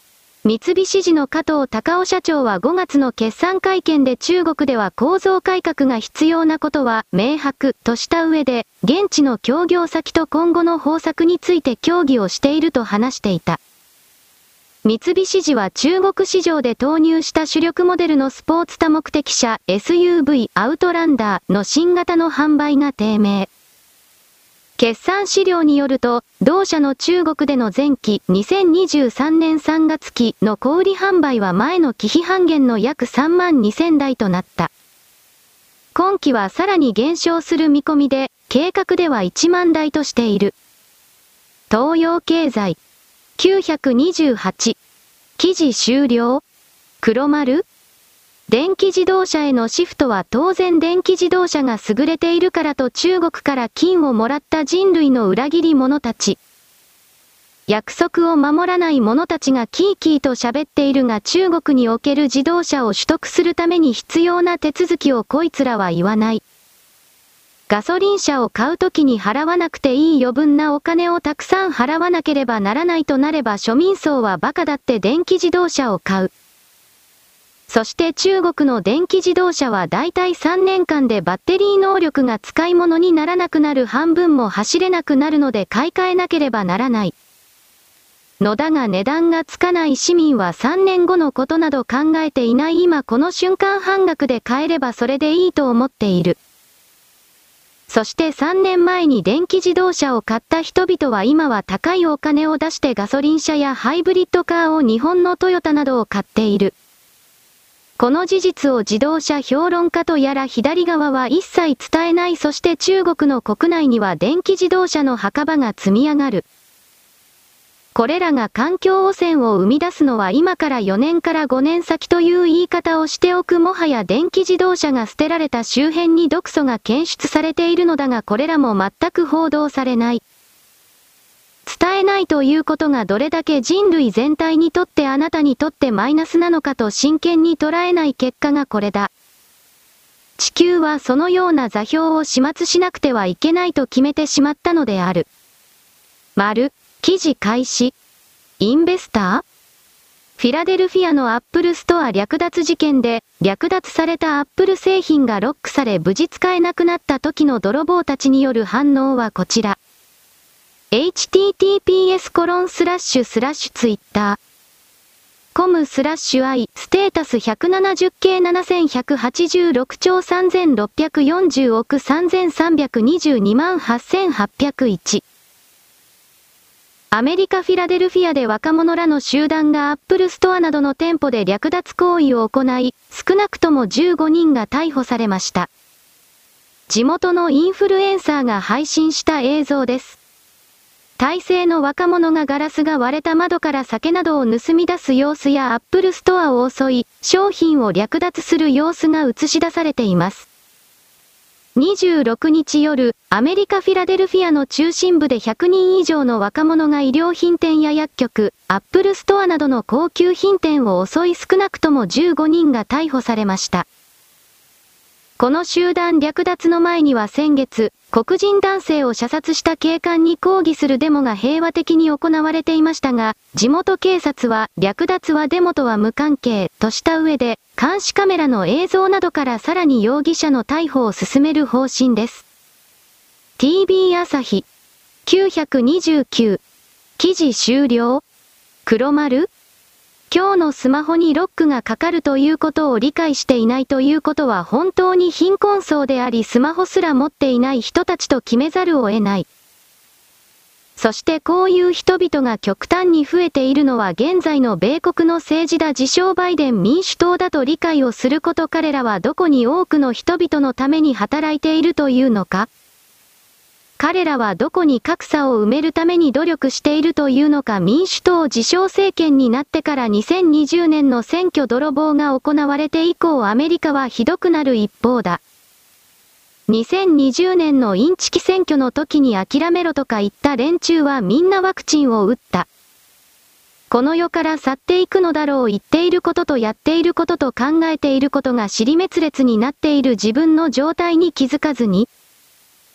三菱地の加藤隆夫社長はごがつの決算会見で中国では構造改革が必要なことは明白とした上で、現地の協業先と今後の方策について協議をしていると話していた。三菱地は中国市場で投入した主力モデルのスポーツ多目的車 エスユーブイ アウトランダーの新型の販売が低迷。決算資料によると、同社の中国での前期にせんにじゅうさんねんさんがつ期の小売販売は前の期比半減の約さんまんにせんだいとなった。今期はさらに減少する見込みで、計画ではいちまんだいとしている。東洋経済きゅうひゃくにじゅうはち。記事終了。黒丸？電気自動車へのシフトは当然電気自動車が優れているからと中国から金をもらった人類の裏切り者たち。約束を守らない者たちがキーキーと喋っているが中国における自動車を取得するために必要な手続きをこいつらは言わない。ガソリン車を買うときに払わなくていい余分なお金をたくさん払わなければならないとなれば庶民層はバカだって電気自動車を買う。そして中国の電気自動車はだいたいさんねんかんでバッテリー能力が使い物にならなくなる半分も走れなくなるので買い替えなければならない。のだが値段がつかない市民はさんねんごのことなど考えていない今この瞬間半額で買えればそれでいいと思っている。そしてさんねんまえに電気自動車を買った人々は今は高いお金を出してガソリン車やハイブリッドカーを日本のトヨタなどを買っている。この事実を自動車評論家とやら左側は一切伝えない。そして中国の国内には電気自動車の墓場が積み上がる。これらが環境汚染を生み出すのは今からよねんからごねん先という言い方をしておく。もはや電気自動車が捨てられた周辺に毒素が検出されているのだがこれらも全く報道されない。伝えないということがどれだけ人類全体にとってあなたにとってマイナスなのかと真剣に捉えない結果がこれだ。地球はそのような座標を始末しなくてはいけないと決めてしまったのである。丸、記事開始。インベスター？フィラデルフィアのアップルストア略奪事件で、略奪されたアップル製品がロックされ無事使えなくなった時の泥棒たちによる反応はこちら。エイチティーティーピーエスコロンスラッシュスラッシュツイッターコムスラッシュ i ステータス ひゃくななじゅうケーななせんひゃくはちじゅうろくちょうさんぜんろっぴゃくよんじゅうおくさんぜんさんびゃくにじゅうにまんはっせんはっぴゃくいち。アメリカ・フィラデルフィアで若者らの集団がアップルストアなどの店舗で略奪行為を行い、少なくともじゅうごにんが逮捕されました。地元のインフルエンサーが配信した映像です。大勢の若者がガラスが割れた窓から酒などを盗み出す様子やアップルストアを襲い、商品を略奪する様子が映し出されています。にじゅうろくにち夜、アメリカ・フィラデルフィアの中心部でひゃくにん以上の若者が衣料品店や薬局、アップルストアなどの高級品店を襲い少なくともじゅうごにんが逮捕されました。この集団略奪の前には先月、黒人男性を射殺した警官に抗議するデモが平和的に行われていましたが、地元警察は略奪はデモとは無関係とした上で、監視カメラの映像などからさらに容疑者の逮捕を進める方針です。ティービー 朝日きゅうひゃくにじゅうきゅう記事終了？黒丸？今日のスマホにロックがかかるということを理解していないということは本当に貧困層でありスマホすら持っていない人たちと決めざるを得ない。そしてこういう人々が極端に増えているのは現在の米国の政治だ自称バイデン民主党だと理解をすること。彼らはどこに多くの人々のために働いているというのか？彼らはどこに格差を埋めるために努力しているというのか。民主党自称政権になってからにせんにじゅうねんの選挙泥棒が行われて以降アメリカはひどくなる一方だ。にせんにじゅうねんのインチキ選挙の時に諦めろとか言った連中はみんなワクチンを打った。この世から去っていくのだろう。言っていることとやっていることと考えていることが尻滅裂になっている自分の状態に気づかずに、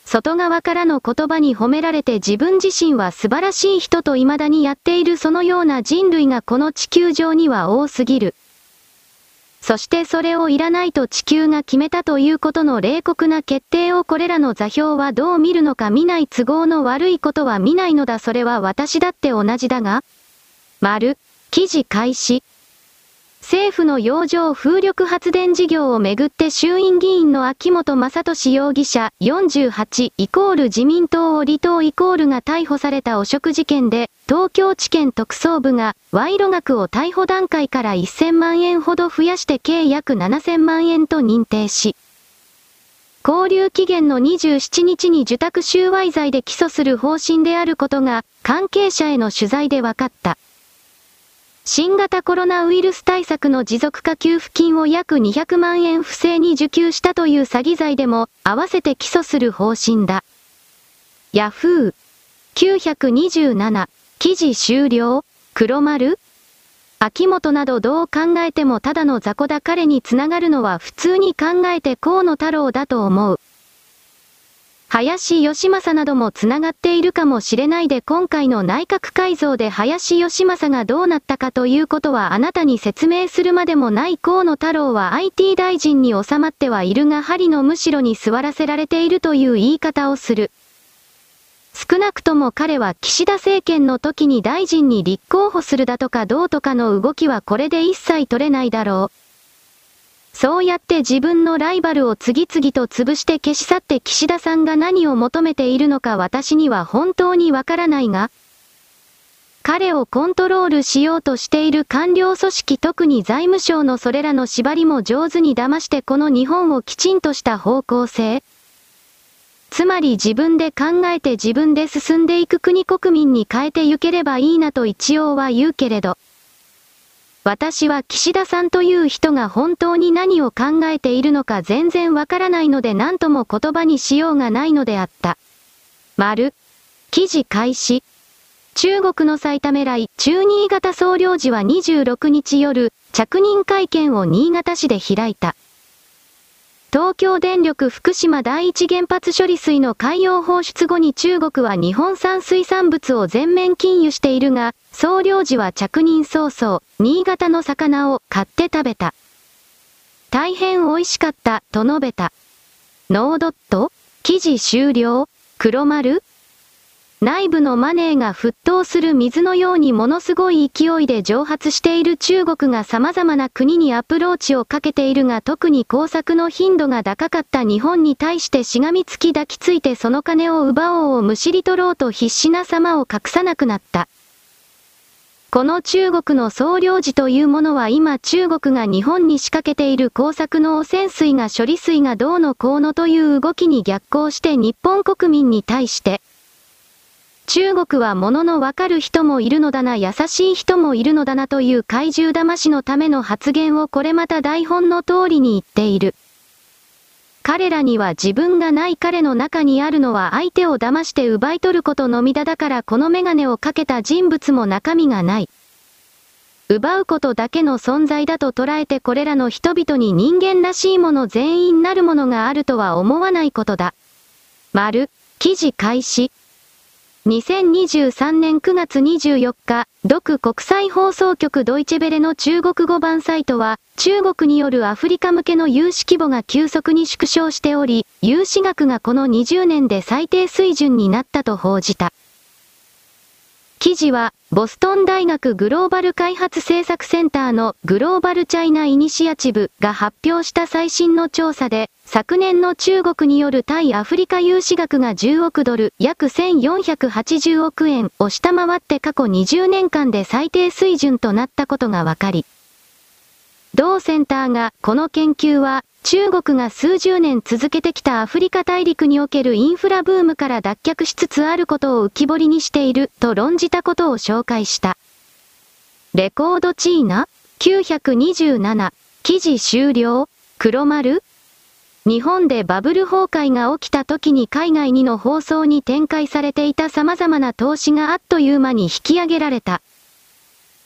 外側からの言葉に褒められて自分自身は素晴らしい人と未だにやっているそのような人類がこの地球上には多すぎる。そしてそれをいらないと地球が決めたということの冷酷な決定をこれらの座標はどう見るのか見ない都合の悪いことは見ないのだそれは私だって同じだが。丸、記事開始。政府の洋上風力発電事業をめぐって衆院議員の秋本真利容疑者よんじゅうはちイコール自民党を離党イコールが逮捕された汚職事件で、東京地検特捜部が賄賂額を逮捕段階からせんまんえんほど増やして計約ななせんまんえんと認定し、勾留期限のにじゅうしちにちに受託収賄罪で起訴する方針であることが関係者への取材で分かった。新型コロナウイルス対策の持続化給付金を約にひゃくまんえん不正に受給したという詐欺罪でも合わせて起訴する方針だ。ヤフーきゅうひゃくにじゅうなな記事終了黒丸秋元などどう考えてもただの雑魚だ彼につながるのは普通に考えて河野太郎だと思う。林芳正などもつながっているかもしれないで今回の内閣改造で林芳正がどうなったかということはあなたに説明するまでもない河野太郎は アイティー 大臣に収まってはいるが針のむしろに座らせられているという言い方をする。少なくとも彼は岸田政権の時に大臣に立候補するだとかどうとかの動きはこれで一切取れないだろう。そうやって自分のライバルを次々と潰して消し去って岸田さんが何を求めているのか私には本当にわからないが、彼をコントロールしようとしている官僚組織特に財務省のそれらの縛りも上手に騙してこの日本をきちんとした方向性。つまり自分で考えて自分で進んでいく国国民に変えてゆければいいなと一応は言うけれど。私は岸田さんという人が本当に何を考えているのか全然わからないので何とも言葉にしようがないのであった。丸。記事開始。中国の埼玉来駐新潟総領事はにじゅうろくにち夜、着任会見を新潟市で開いた。東京電力福島第一原発処理水の海洋放出後に中国は日本産水産物を全面禁輸しているが、総領事は着任早々、新潟の魚を買って食べた。大変美味しかった、と述べた。ノードット？記事終了？黒丸？内部のマネーが沸騰する水のようにものすごい勢いで蒸発している中国が様々な国にアプローチをかけているが特に工作の頻度が高かった日本に対してしがみつき抱きついてその金を奪おうをむしり取ろうと必死な様を隠さなくなった。この中国の総領事というものは今中国が日本に仕掛けている工作の汚染水が処理水がどうのこうのという動きに逆行して日本国民に対して、中国は物のわかる人もいるのだな優しい人もいるのだなという怪獣騙しのための発言をこれまた台本の通りに言っている。彼らには自分がない彼の中にあるのは相手を騙して奪い取ることのみだだからこのメガネをかけた人物も中身がない。奪うことだけの存在だと捉えてこれらの人々に人間らしいもの全員なるものがあるとは思わないことだ。丸、記事開始。にせんにじゅうさんねんくがつにじゅうよっか、独国際放送局ドイチェベレの中国語版サイトは、中国によるアフリカ向けの融資規模が急速に縮小しており、融資額がこのにじゅうねんで最低水準になったと報じた。記事は、ボストン大学グローバル開発政策センターのグローバルチャイナイニシアチブが発表した最新の調査で、昨年の中国による対アフリカ融資額がじゅうおくドル、約せんよんひゃくはちじゅうおくえんを下回って過去にじゅうねんかんで最低水準となったことがわかり、同センターが、この研究は、中国が数十年続けてきたアフリカ大陸におけるインフラブームから脱却しつつあることを浮き彫りにしている、と論じたことを紹介した。レコードチーナきゅうひゃくにじゅうなな、記事終了黒丸日本でバブル崩壊が起きた時に海外にの放送に展開されていた様々な投資があっという間に引き上げられた。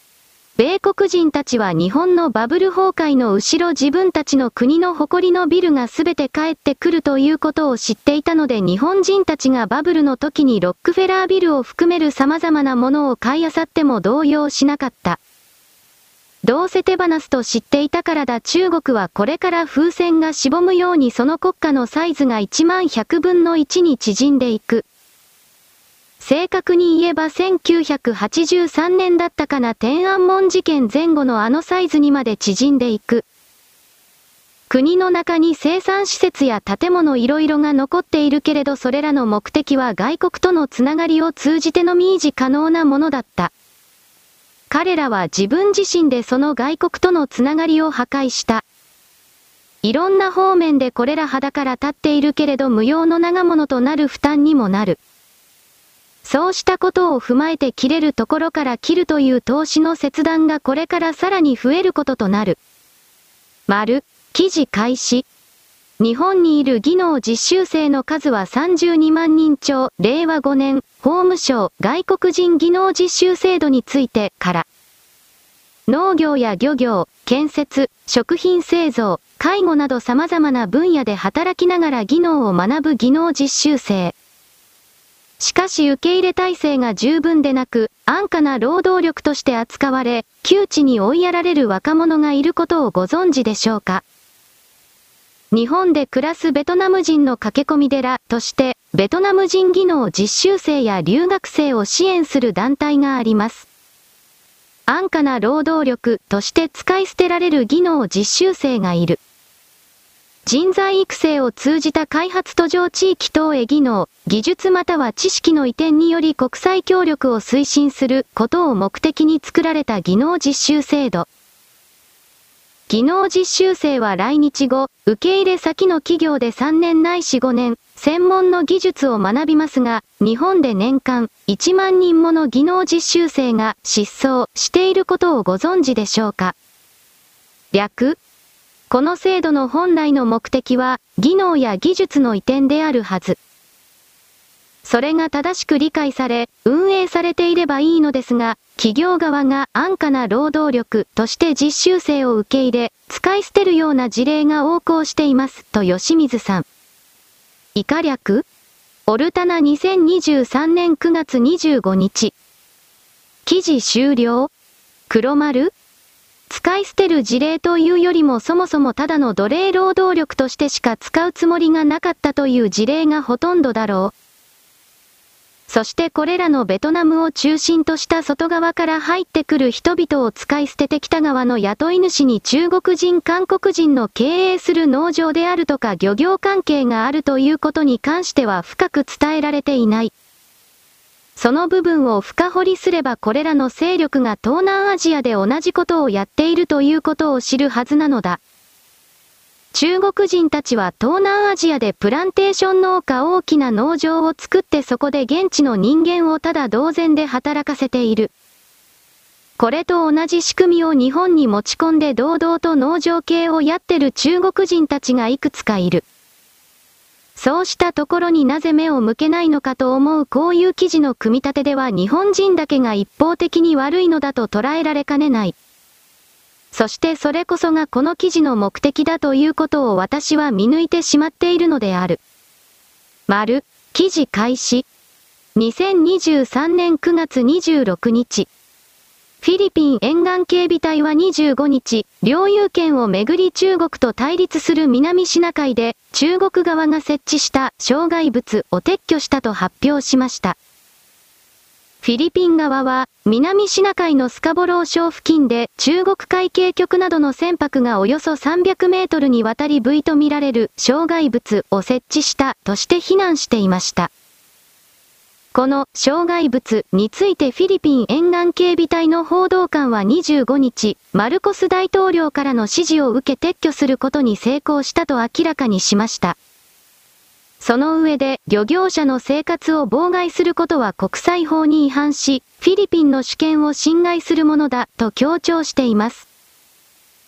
米国人たちは日本のバブル崩壊の後ろ自分たちの国の誇りのビルがすべて帰ってくるということを知っていたので日本人たちがバブルの時にロックフェラービルを含める様々なものを買い漁っても動揺しなかった。どうせ手放すと知っていたからだ。中国はこれから風船がしぼむようにその国家のサイズがいちまんひゃくぶんのいちに縮んでいく。正確に言えばせんきゅうひゃくはちじゅうさんねんだったかな、天安門事件前後のあのサイズにまで縮んでいく。国の中に生産施設や建物いろいろが残っているけれどそれらの目的は外国とのつながりを通じてのみ維持可能なものだった。彼らは自分自身でその外国とのつながりを破壊した。いろんな方面でこれら肌から立っているけれど無用の長物となる負担にもなる。そうしたことを踏まえて切れるところから切るという投資の切断がこれからさらに増えることとなる。丸、記事開始。日本にいる技能実習生の数はさんじゅうにまんにん超、れいわごねん、法務省外国人技能実習制度についてから。農業や漁業、建設、食品製造、介護など様々な分野で働きながら技能を学ぶ技能実習生。しかし受け入れ体制が十分でなく、安価な労働力として扱われ、窮地に追いやられる若者がいることをご存知でしょうか。日本で暮らすベトナム人の駆け込み寺として、ベトナム人技能実習生や留学生を支援する団体があります。安価な労働力として使い捨てられる技能実習生がいる。人材育成を通じた開発途上地域等へ技能、技術または知識の移転により国際協力を推進することを目的に作られた技能実習制度。技能実習生は来日後、受け入れ先の企業でさんねんないしごねん、専門の技術を学びますが、日本で年間いちまんにんもの技能実習生が失踪していることをご存知でしょうか。略この制度の本来の目的は、技能や技術の移転であるはず。それが正しく理解され、運営されていればいいのですが、企業側が安価な労働力として実習生を受け入れ、使い捨てるような事例が横行しています、と吉水さん。以下略オルタナにせんにじゅうさんねんくがつにじゅうごにち。記事終了。黒丸使い捨てる事例というよりもそもそもただの奴隷労働力としてしか使うつもりがなかったという事例がほとんどだろう。そしてこれらのベトナムを中心とした外側から入ってくる人々を使い捨ててきた側の雇い主に中国人韓国人の経営する農場であるとか漁業関係があるということに関しては深く伝えられていない。その部分を深掘りすればこれらの勢力が東南アジアで同じことをやっているということを知るはずなのだ。中国人たちは東南アジアでプランテーション農家大きな農場を作ってそこで現地の人間をただ同然で働かせている。これと同じ仕組みを日本に持ち込んで堂々と農場系をやってる中国人たちがいくつかいる。そうしたところになぜ目を向けないのかと思うこういう記事の組み立てでは日本人だけが一方的に悪いのだと捉えられかねない。そしてそれこそがこの記事の目的だということを私は見抜いてしまっているのである。丸、記事開始。にせんにじゅうさんねんくがつにじゅうろくにち。フィリピン沿岸警備隊はにじゅうごにち、領有権をめぐり中国と対立する南シナ海で、中国側が設置した障害物を撤去したと発表しました。フィリピン側は、南シナ海のスカボロー礁付近で中国海警局などの船舶がおよそさんびゃくメートルにわたりブイと見られる障害物を設置したとして非難していました。この障害物についてフィリピン沿岸警備隊の報道官はにじゅうごにち、マルコス大統領からの指示を受け撤去することに成功したと明らかにしました。その上で、漁業者の生活を妨害することは国際法に違反し、フィリピンの主権を侵害するものだと強調しています。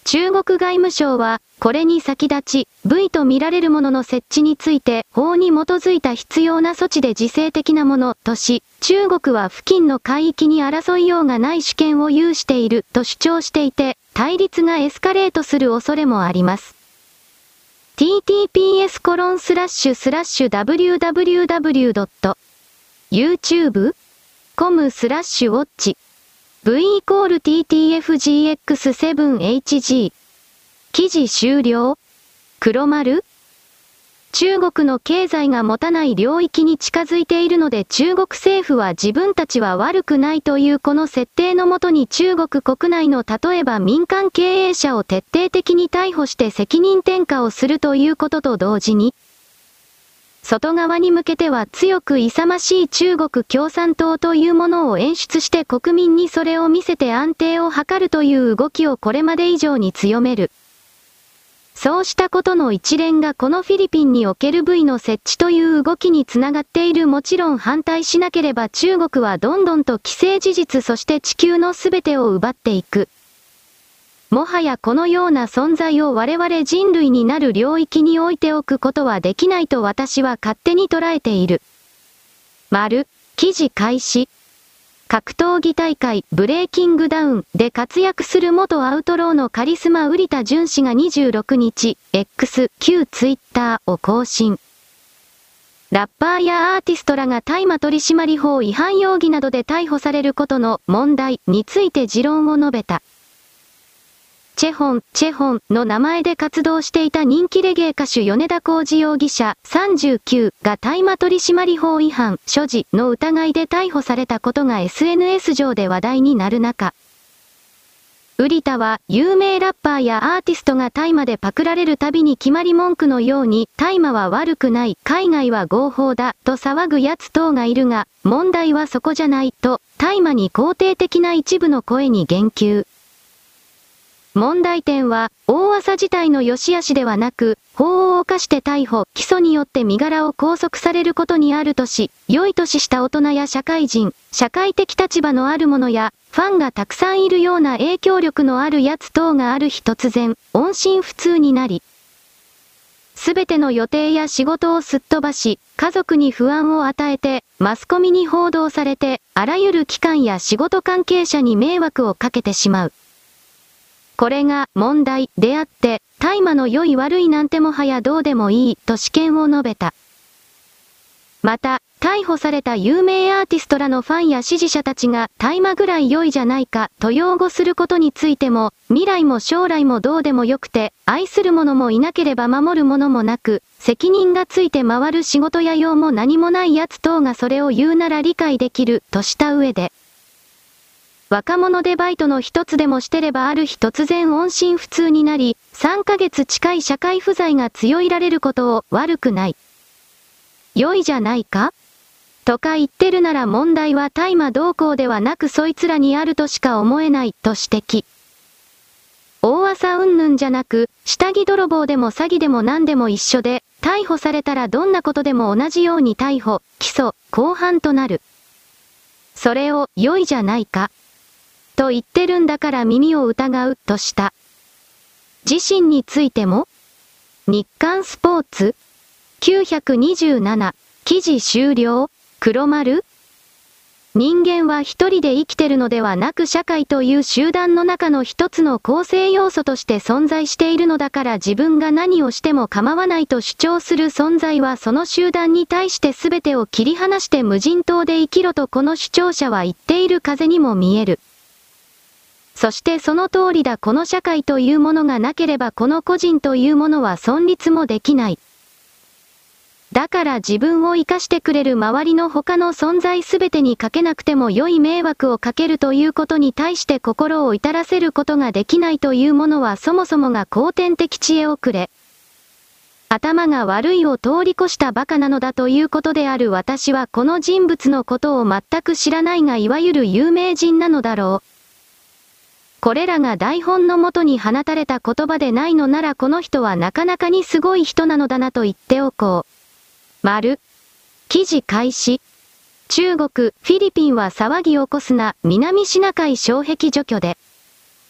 中国外務省は、これに先立ち、ブイ と見られるものの設置について、法に基づいた必要な措置で自制的なものとし、中国は付近の海域に争いようがない主権を有していると主張していて、対立がエスカレートする恐れもあります。ティーティーピーエスコロンスラッシュスラッシュダブリューダブリューダブリュードットユーチューブドットコムスラッシュウォッチ V イコール ティーティーエフジーエックスセブンエイチジー 記事終了。黒丸。中国の経済が持たない領域に近づいているので中国政府は自分たちは悪くないというこの設定のもとに中国国内の例えば民間経営者を徹底的に逮捕して責任転嫁をするということと同時に、外側に向けては強く勇ましい中国共産党というものを演出して国民にそれを見せて安定を図るという動きをこれまで以上に強める。そうしたことの一連がこのフィリピンにおける ブイ の設置という動きにつながっている。もちろん反対しなければ中国はどんどんと既成事実そして地球のすべてを奪っていく。もはやこのような存在を我々人類になる領域に置いておくことはできないと私は勝手に捉えている。丸、記事開始。格闘技大会ブレイキングダウンで活躍する元アウトローのカリスマ瓜田淳氏がにじゅうろくにち、X、旧ツイッターを更新。ラッパーやアーティストらが大麻取締法違反容疑などで逮捕されることの問題について持論を述べた。チェホン、チェホンの名前で活動していた人気レゲエ歌手米田浩二容疑者さんじゅうきゅうが大麻取締法違反、所持の疑いで逮捕されたことが エスエヌエス 上で話題になる中、瓜田は有名ラッパーやアーティストが大麻でパクられるたびに決まり文句のように大麻は悪くない、海外は合法だと騒ぐ奴等がいるが、問題はそこじゃないと大麻に肯定的な一部の声に言及。問題点は、大麻自体の良し悪しではなく、法を犯して逮捕、起訴によって身柄を拘束されることにあるとし、良い年した大人や社会人、社会的立場のある者や、ファンがたくさんいるような影響力のある奴等がある日突然、音信不通になり、すべての予定や仕事をすっ飛ばし、家族に不安を与えて、マスコミに報道されて、あらゆる機関や仕事関係者に迷惑をかけてしまう。これが問題であって、大麻の良い悪いなんてもはやどうでもいいと試験を述べた。また、逮捕された有名アーティストらのファンや支持者たちが大麻ぐらい良いじゃないかと擁護することについても、未来も将来もどうでもよくて、愛する者もいなければ守る者もなく、責任がついて回る仕事や用も何もない奴等がそれを言うなら理解できるとした上で、若者でバイトの一つでもしてればある日突然音信不通になり、さんかげつ近い社会不在が強いられることを悪くない。良いじゃないかとか言ってるなら問題は大麻同行ではなくそいつらにあるとしか思えないと指摘。大麻云々じゃなく、下着泥棒でも詐欺でも何でも一緒で、逮捕されたらどんなことでも同じように逮捕、起訴、公判となる。それを良いじゃないかと言ってるんだから耳を疑うとした。自身についても日刊スポーツきゅうひゃくにじゅうなな記事終了黒丸人間は一人で生きてるのではなく社会という集団の中の一つの構成要素として存在しているのだから自分が何をしても構わないと主張する存在はその集団に対して全てを切り離して無人島で生きろとこの主張者は言っている風にも見える。そしてその通りだこの社会というものがなければこの個人というものは存立もできない。だから自分を生かしてくれる周りの他の存在すべてにかけなくても良い迷惑をかけるということに対して心を至らせることができないというものはそもそもが後天的知恵遅れ。頭が悪いを通り越した馬鹿なのだということである私はこの人物のことを全く知らないがいわゆる有名人なのだろう。これらが台本のもとに放たれた言葉でないのならこの人はなかなかにすごい人なのだなと言っておこう。丸。記事開始。中国、フィリピンは騒ぎ起こすな、南シナ海障壁除去で。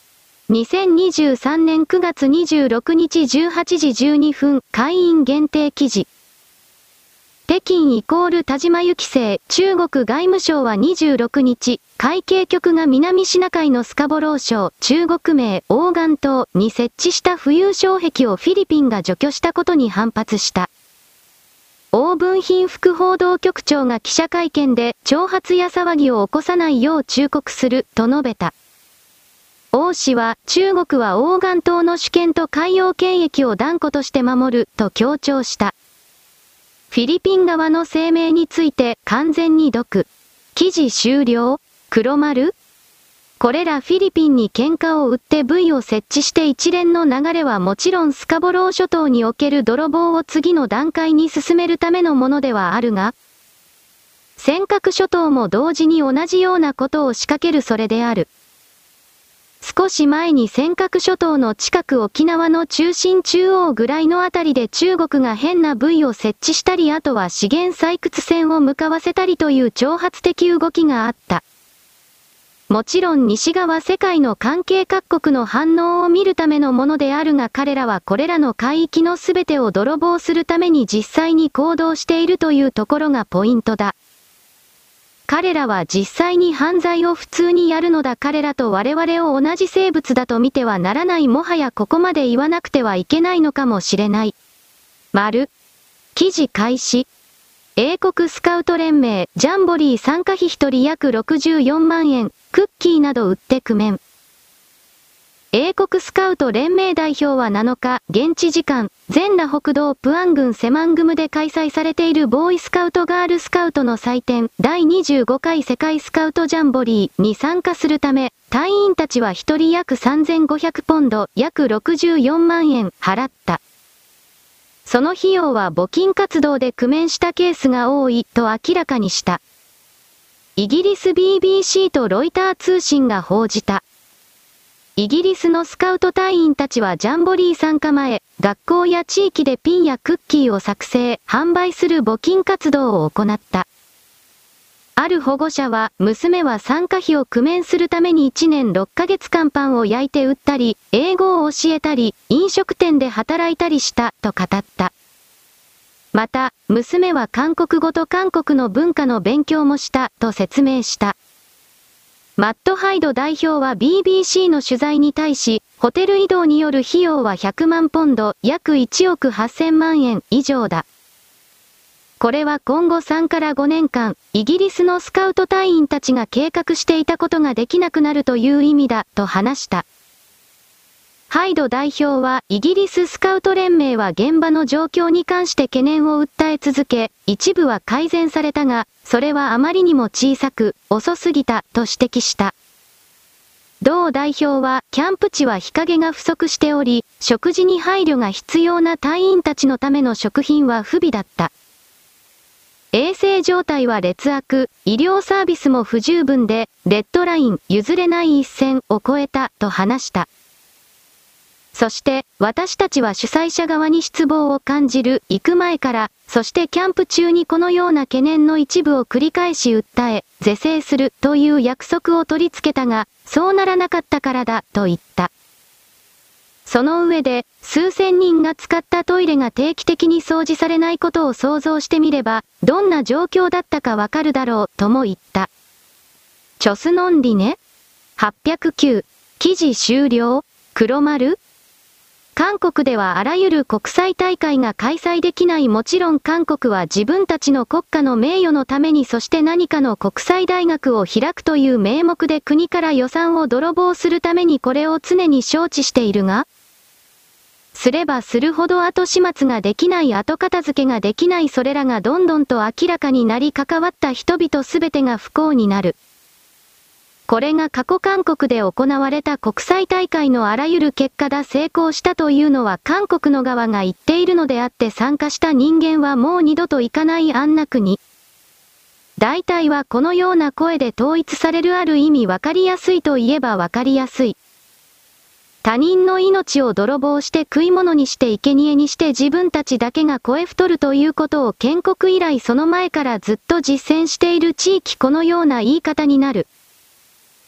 にせんにじゅうさんねんくがつにじゅうろくにちじゅうはちじじゅうにふん、会員限定記事。北京イコール田島由紀生、中国外務省はにじゅうろくにち、海警局が南シナ海のスカボロー礁、中国名、オーガン島に設置した浮遊障壁をフィリピンが除去したことに反発した。王文賓副報道局長が記者会見で、挑発や騒ぎを起こさないよう忠告する、と述べた。王氏は、中国はオーガン島の主権と海洋権益を断固として守る、と強調した。フィリピン側の声明について、完全に読。記事終了？黒丸？これらフィリピンに喧嘩を売ってブイを設置して一連の流れはもちろんスカボロー諸島における泥棒を次の段階に進めるためのものではあるが、尖閣諸島も同時に同じようなことを仕掛けるそれである。少し前に尖閣諸島の近く沖縄の中心中央ぐらいのあたりで中国が変なブイを設置したりあとは資源採掘船を向かわせたりという挑発的動きがあった。もちろん西側世界の関係各国の反応を見るためのものであるが彼らはこれらの海域のすべてを泥棒するために実際に行動しているというところがポイントだ。彼らは実際に犯罪を普通にやるのだ彼らと我々を同じ生物だと見てはならないもはやここまで言わなくてはいけないのかもしれない。丸。記事開始。英国スカウト連盟、ジャンボリー参加費ひとり約ろくじゅうよんまんえん、クッキーなど売って工面。英国スカウト連盟代表はなのか、現地時間、全羅北道プアン郡セマングムで開催されているボーイスカウトガールスカウトの祭典、だいにじゅうごかい世界スカウトジャンボリーに参加するため、隊員たちはひとり約さんぜんごひゃくポンド、約ろくじゅうよんまんえん払った。その費用は募金活動で工面したケースが多いと明らかにした。イギリス ビービーシー とロイター通信が報じた。イギリスのスカウト隊員たちはジャンボリー参加前、学校や地域でピンやクッキーを作成、販売する募金活動を行った。ある保護者は、娘は参加費を工面するためにいちねんろっかげつかんパンを焼いて売ったり、英語を教えたり、飲食店で働いたりした、と語った。また、娘は韓国語と韓国の文化の勉強もした、と説明した。マット・ハイド代表は ビービーシー の取材に対し、ホテル移動による費用はひゃくまんポンド、約いちおくはっせんまんえん以上だ。これは今後さんからごねんかん、イギリスのスカウト隊員たちが計画していたことができなくなるという意味だ、と話した。ハイド代表は、イギリススカウト連盟は現場の状況に関して懸念を訴え続け、一部は改善されたが、それはあまりにも小さく、遅すぎた、と指摘した。同代表は、キャンプ地は日陰が不足しており、食事に配慮が必要な隊員たちのための食品は不備だった。衛生状態は劣悪、医療サービスも不十分で、レッドライン、譲れない一線を越えた、と話した。そして、私たちは主催者側に失望を感じる、行く前から、そしてキャンプ中にこのような懸念の一部を繰り返し訴え、是正するという約束を取り付けたが、そうならなかったからだ、と言った。その上で、数千人が使ったトイレが定期的に掃除されないことを想像してみれば、どんな状況だったかわかるだろう、とも言った。チョスノンリね。はっぴゃくきゅう。記事終了。黒丸。韓国ではあらゆる国際大会が開催できない。もちろん韓国は自分たちの国家の名誉のためにそして何かの国際大学を開くという名目で国から予算を泥棒するためにこれを常に承知しているが、すればするほど後始末ができない後片付けができないそれらがどんどんと明らかになり関わった人々すべてが不幸になる。これが過去韓国で行われた国際大会のあらゆる結果だ。成功したというのは韓国の側が言っているのであって参加した人間はもう二度と行かないあんな国。大体はこのような声で統一される。ある意味わかりやすいといえばわかりやすい。他人の命を泥棒して食い物にして生贄にして自分たちだけが肥え太るということを建国以来その前からずっと実践している地域このような言い方になる。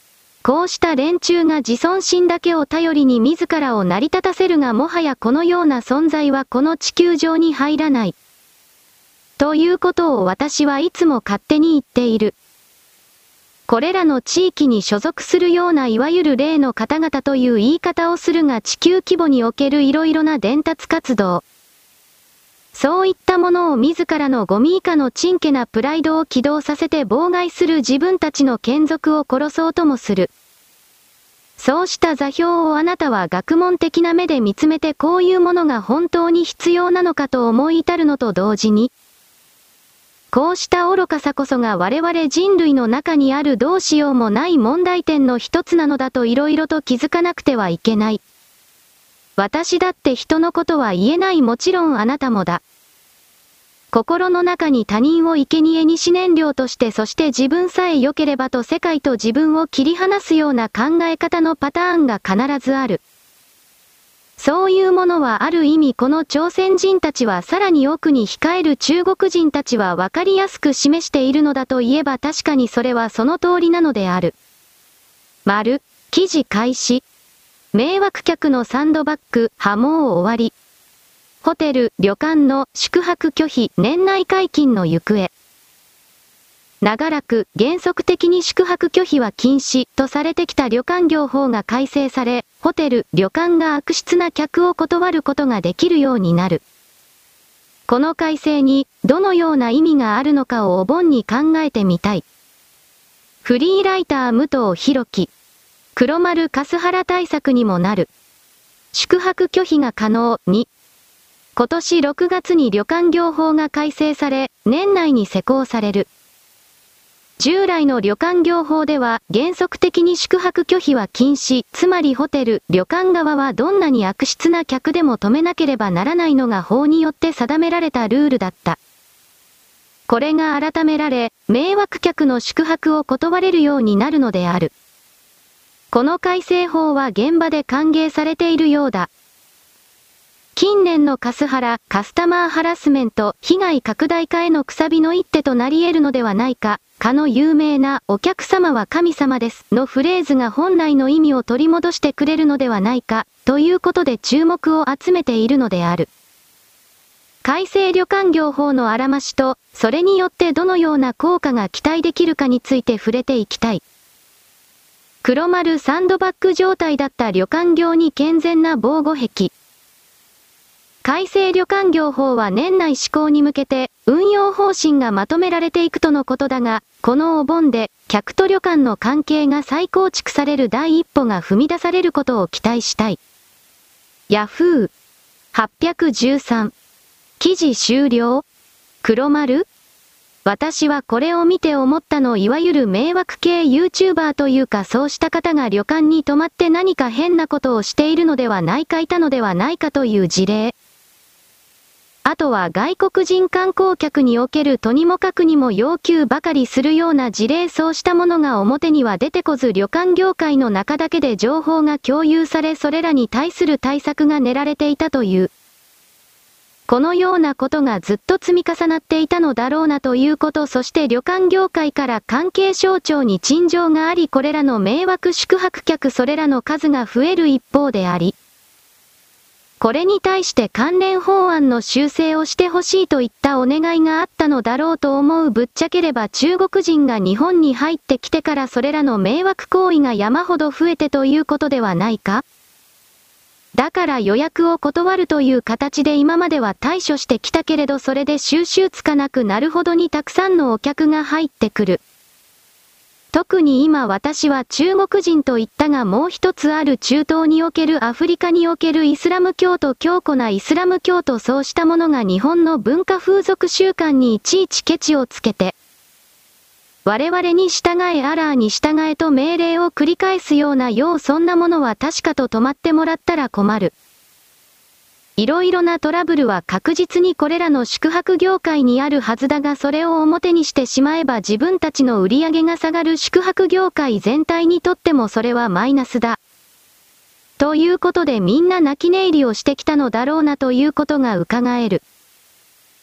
こうした連中が自尊心だけを頼りに自らを成り立たせるがもはやこのような存在はこの地球上に入らない。ということを私はいつも勝手に言っている。これらの地域に所属するようないわゆる霊の方々という言い方をするが地球規模におけるいろいろな伝達活動。そういったものを自らのゴミ以下のちんけなプライドを起動させて妨害する自分たちの眷属を殺そうともする。そうした座標をあなたは学問的な目で見つめてこういうものが本当に必要なのかと思い至るのと同時に、こうした愚かさこそが我々人類の中にあるどうしようもない問題点の一つなのだといろいろと気づかなくてはいけない。私だって人のことは言えない、もちろんあなたもだ。心の中に他人を生贄に思念料として、そして自分さえ良ければと世界と自分を切り離すような考え方のパターンが必ずある。そういうものはある意味この朝鮮人たちはさらに奥に控える中国人たちはわかりやすく示しているのだといえば確かにそれはその通りなのである。丸、記事開始。迷惑客のサンドバッグ、破門終わり。ホテル、旅館の宿泊拒否、年内解禁の行方。長らく原則的に宿泊拒否は禁止とされてきた旅館業法が改正され、ホテル、旅館が悪質な客を断ることができるようになる。この改正にどのような意味があるのかをお盆に考えてみたい。フリーライター武藤弘樹。黒丸カスハラ対策にもなる。宿泊拒否が可能に。今年ろくがつに旅館業法が改正され、年内に施行される。従来の旅館業法では原則的に宿泊拒否は禁止、つまりホテル、旅館側はどんなに悪質な客でも止めなければならないのが法によって定められたルールだった。これが改められ、迷惑客の宿泊を断れるようになるのである。この改正法は現場で歓迎されているようだ。近年のカスハラ、カスタマーハラスメント、被害拡大化へのくさびの一手となり得るのではないか、かの有名なお客様は神様ですのフレーズが本来の意味を取り戻してくれるのではないか、ということで注目を集めているのである。改正旅館業法のあらましと、それによってどのような効果が期待できるかについて触れていきたい。黒丸サンドバッグ状態だった旅館業に健全な防護壁。改正旅館業法は年内施行に向けて運用方針がまとめられていくとのことだが、このお盆で客と旅館の関係が再構築される第一歩が踏み出されることを期待したい。ヤフーはっぴゃくじゅうさん。記事終了？黒丸？私はこれを見て思ったのいわゆる迷惑系 YouTuber というかそうした方が旅館に泊まって何か変なことをしているのではないかいたのではないかという事例。あとは外国人観光客におけるとにもかくにも要求ばかりするような事例そうしたものが表には出てこず旅館業界の中だけで情報が共有されそれらに対する対策が練られていたという。このようなことがずっと積み重なっていたのだろうなということそして旅館業界から関係省庁に陳情がありこれらの迷惑宿泊客それらの数が増える一方であり。これに対して関連法案の修正をしてほしいといったお願いがあったのだろうと思うぶっちゃければ中国人が日本に入ってきてからそれらの迷惑行為が山ほど増えてということではないか？だから予約を断るという形で今までは対処してきたけれどそれで収拾つかなくなるほどにたくさんのお客が入ってくる。特に今私は中国人と言ったがもう一つある中東におけるアフリカにおけるイスラム教徒強固なイスラム教徒そうしたものが日本の文化風俗習慣にいちいちケチをつけて我々に従えアラーに従えと命令を繰り返すようなようそんなものは確かと止まってもらったら困る。いろいろなトラブルは確実にこれらの宿泊業界にあるはずだがそれを表にしてしまえば自分たちの売り上げが下がる宿泊業界全体にとってもそれはマイナスだ。ということでみんな泣き寝入りをしてきたのだろうなということが伺える。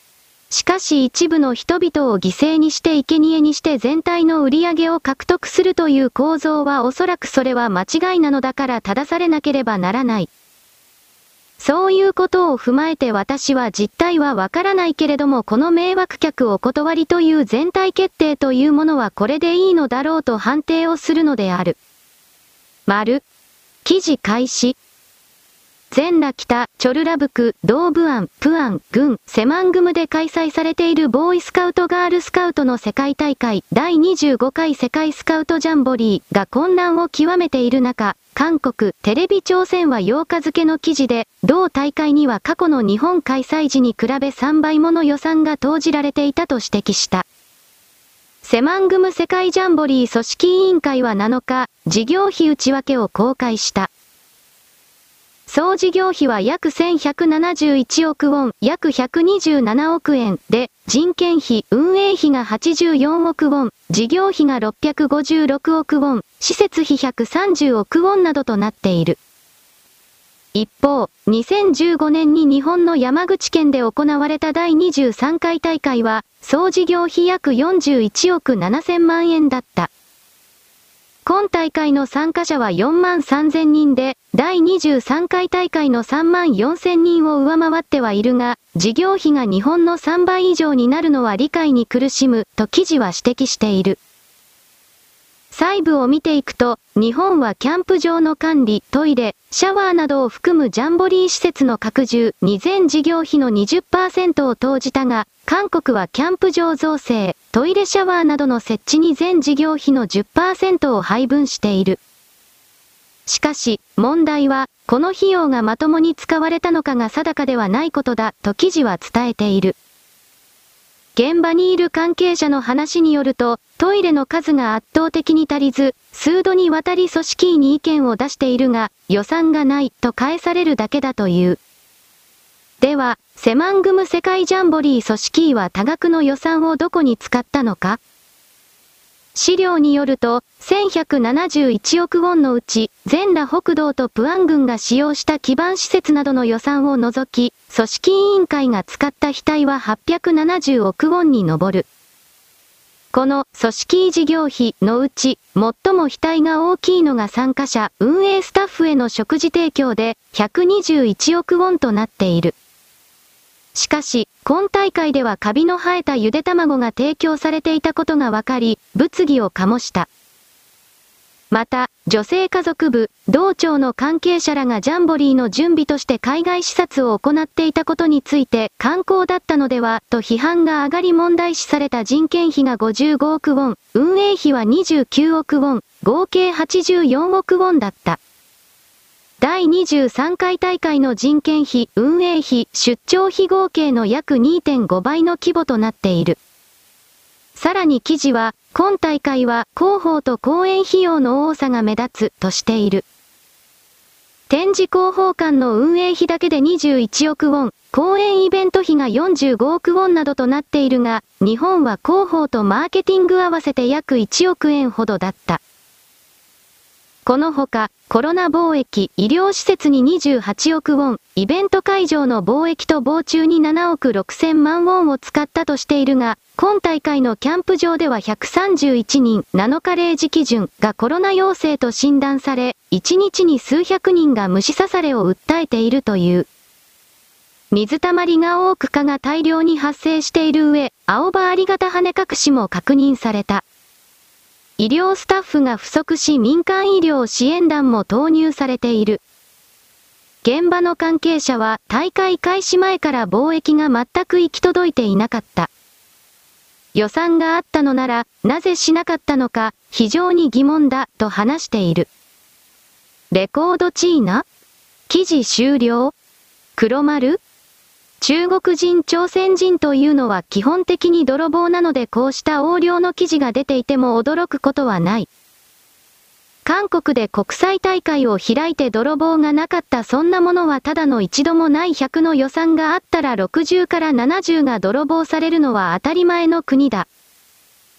しかし一部の人々を犠牲にして生贄にして全体の売り上げを獲得するという構造はおそらくそれは間違いなのだから正されなければならない。そういうことを踏まえて私は実態はわからないけれどもこの迷惑客お断りという全体決定というものはこれでいいのだろうと判定をするのである。丸。記事開始。全羅北、チョルラブク、ドーブアン、プアン、郡、セマングムで開催されているボーイスカウトガールスカウトの世界大会だいにじゅうごかい世界スカウトジャンボリーが混乱を極めている中、韓国、テレビ朝鮮はようか付の記事で、同大会には過去の日本開催時に比べさんばいもの予算が投じられていたと指摘した。セマングム世界ジャンボリー組織委員会はなのか、事業費内訳を公開した。総事業費は約せんひゃくななじゅういちおくウォン、約ひゃくにじゅうななおくえんで、人件費、運営費がはちじゅうよんおくウォン、事業費がろっぴゃくごじゅうろくおくウォン、施設費ひゃくさんじゅうおくウォンなどとなっている。一方、にせんじゅうごねんに日本の山口県で行われただいにじゅうさんかい大会は、総事業費約よんじゅういちおくななせんまんえんだった。今大会の参加者はよんまんさんぜんにんで、だいにじゅうさんかい大会のさんまんよんせんにんを上回ってはいるが、事業費が日本のさんばい以上になるのは理解に苦しむ、と記事は指摘している。細部を見ていくと、日本はキャンプ場の管理、トイレ、シャワーなどを含むジャンボリー施設の拡充に全事業費の にじゅっパーセント を投じたが、韓国はキャンプ場造成、トイレシャワーなどの設置に全事業費の じゅっパーセント を配分している。しかし、問題は、この費用がまともに使われたのかが定かではないことだ、と記事は伝えている。現場にいる関係者の話によると、トイレの数が圧倒的に足りず、数度にわたり組織委に意見を出しているが、予算がないと返されるだけだという。では、セマングム世界ジャンボリー組織委は多額の予算をどこに使ったのか？資料によると、せんひゃくななじゅういちおくウォンのうち、全羅北道とプアン郡が使用した基盤施設などの予算を除き、組織委員会が使った費用ははっぴゃくななじゅうおくウォンに上る。この組織委事業費のうち、最も費用が大きいのが参加者、運営スタッフへの食事提供で、ひゃくにじゅういちおくウォンとなっている。しかし、今大会ではカビの生えたゆで卵が提供されていたことが分かり、物議を醸した。また、女性家族部、同庁の関係者らがジャンボリーの準備として海外視察を行っていたことについて、観光だったのでは、と批判が上がり問題視された人件費がごじゅうごおくウォン、運営費はにじゅうきゅうおくウォン、合計はちじゅうよんおくウォンだった。だいにじゅうさんかい大会の人件費、運営費、出張費合計の約 にてんごばいの規模となっている。さらに記事は、今大会は広報と講演費用の多さが目立つとしている。展示広報館の運営費だけでにじゅういちおくウォン、講演イベント費がよんじゅうごおくウォンなどとなっているが、日本は広報とマーケティング合わせて約いちおくえんほどだった。このほか、コロナ貿易、医療施設ににじゅうはちおくウォン、イベント会場の貿易と防虫にななおくろくせんまんウォンを使ったとしているが、今大会のキャンプ場ではひゃくさんじゅういちにん、なのか例示基準がコロナ陽性と診断され、いちにちに数百人が虫刺されを訴えているという。水たまりが多く蚊が大量に発生している上、青葉ありがた羽隠しも確認された。医療スタッフが不足し民間医療支援団も投入されている。現場の関係者は大会開始前から貿易が全く行き届いていなかった。予算があったのならなぜしなかったのか非常に疑問だと話している。レコードチーナ？記事終了？黒丸？中国人朝鮮人というのは基本的に泥棒なのでこうした横領の記事が出ていても驚くことはない。韓国で国際大会を開いて泥棒がなかったそんなものはただの一度もないひゃくの予算があったらろくじゅうからななじゅうが泥棒されるのは当たり前の国だ。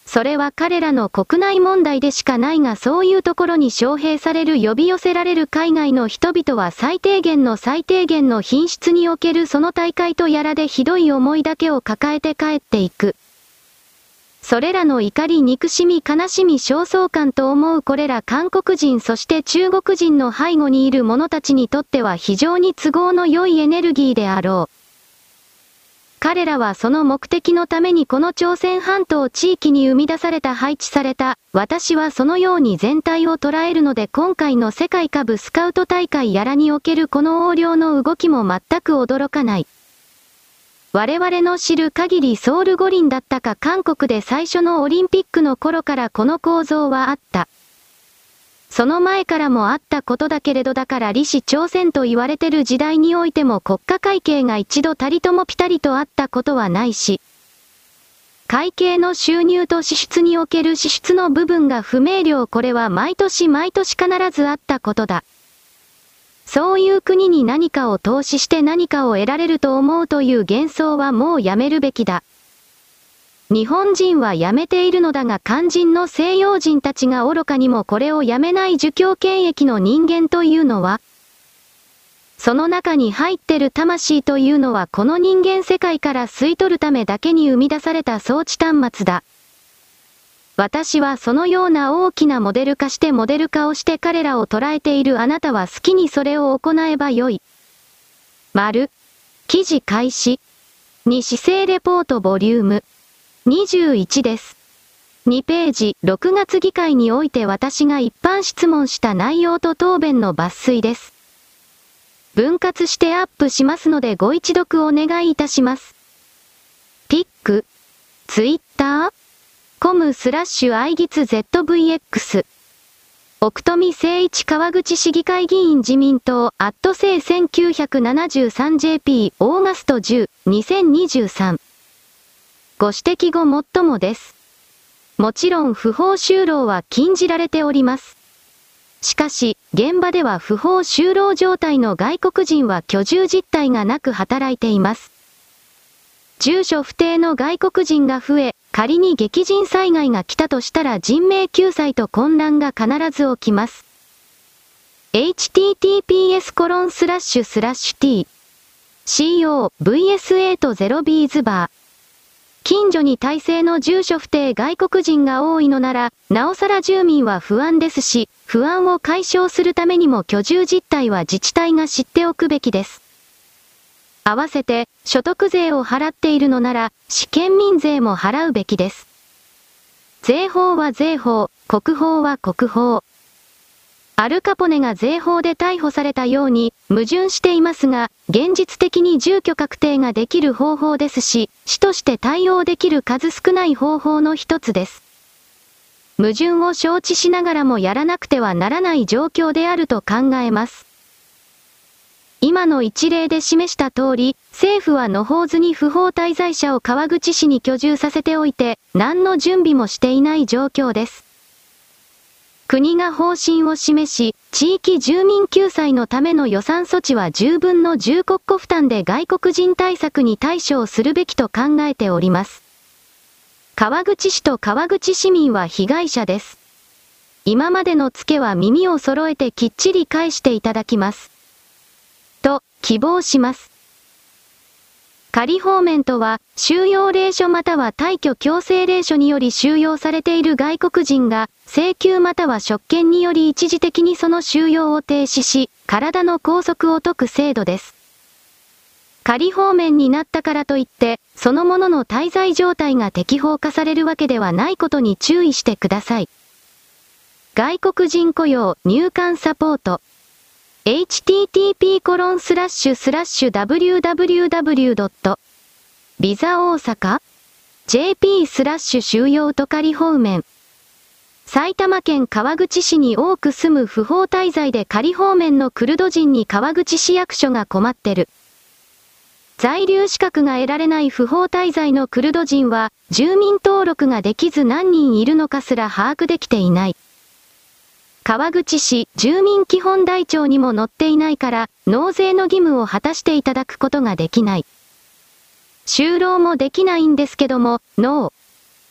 それは彼らの国内問題でしかないが、そういうところに招聘される呼び寄せられる海外の人々は最低限の最低限の品質におけるその大会とやらでひどい思いだけを抱えて帰っていく。それらの怒り憎しみ悲しみ焦燥感と思うこれら韓国人そして中国人の背後にいる者たちにとっては非常に都合の良いエネルギーであろう。彼らはその目的のためにこの朝鮮半島地域に生み出された配置された。私はそのように全体を捉えるので今回の世界下部スカウト大会やらにおけるこの横領の動きも全く驚かない。我々の知る限りソウル五輪だったか韓国で最初のオリンピックの頃からこの構造はあった。その前からもあったことだけれどだから李氏朝鮮と言われてる時代においても国家会計が一度たりともピタリとあったことはないし、会計の収入と支出における支出の部分が不明瞭これは毎年毎年必ずあったことだ。そういう国に何かを投資して何かを得られると思うという幻想はもうやめるべきだ。日本人はやめているのだが肝心の西洋人たちが愚かにもこれをやめない儒教権益の人間というのは、その中に入ってる魂というのはこの人間世界から吸い取るためだけに生み出された装置端末だ。私はそのような大きなモデル化してモデル化をして彼らを捉えているあなたは好きにそれを行えばよい。丸。記事開始。に市政レポートボリューム。にじゅういちです。にページ、ろくがつ議会において私が一般質問した内容と答弁の抜粋です。分割してアップしますのでご一読お願いいたします。ピック、ツイッター、コムスラッシュアイギツ ゼットブイエックス。奥富誠一川口市議会議員自民党、アットセイせんきゅうひゃくななじゅうさんジェーピー、オーガストじゅう、にせんにじゅうさん。ご指摘後もっともです。もちろん不法就労は禁じられております。しかし、現場では不法就労状態の外国人は居住実態がなく働いています。住所不定の外国人が増え、仮に激甚災害が来たとしたら人命救済と混乱が必ず起きます。エイチティーティーピーエスコロンスラッシュスラッシュ t シーオーブイエスエイトゼロビー ズバー。近所に体制の住所不定外国人が多いのなら、なおさら住民は不安ですし、不安を解消するためにも居住実態は自治体が知っておくべきです。合わせて、所得税を払っているのなら、市県民税も払うべきです。税法は税法、国法は国法。アルカポネが税法で逮捕されたように、矛盾していますが、現実的に住居確定ができる方法ですし、市として対応できる数少ない方法の一つです。矛盾を承知しながらもやらなくてはならない状況であると考えます。今の一例で示した通り、政府は野放図に不法滞在者を川口市に居住させておいて、何の準備もしていない状況です。国が方針を示し、地域住民救済のための予算措置は十分の重国庫負担で外国人対策に対処をするべきと考えております。川口市と川口市民は被害者です。今までのツケは耳を揃えてきっちり返していただきます。と、希望します。仮放免とは、収容令所または退去強制令所により収容されている外国人が、請求または職権により一時的にその収容を停止し、体の拘束を解く制度です。仮放免になったからといって、そのものの滞在状態が適法化されるわけではないことに注意してください。外国人雇用入管サポート。エイチティーティーピーコロンスラッシュスラッシュダブリューダブリューダブリュードットビザ大阪 ジェーピー スラッシュ収容と仮放免。埼玉県川口市に多く住む不法滞在で仮放免のクルド人に川口市役所が困ってる。在留資格が得られない不法滞在のクルド人は住民登録ができず何人いるのかすら把握できていない。川口市住民基本台帳にも載っていないから、納税の義務を果たしていただくことができない。就労もできないんですけども、ノー。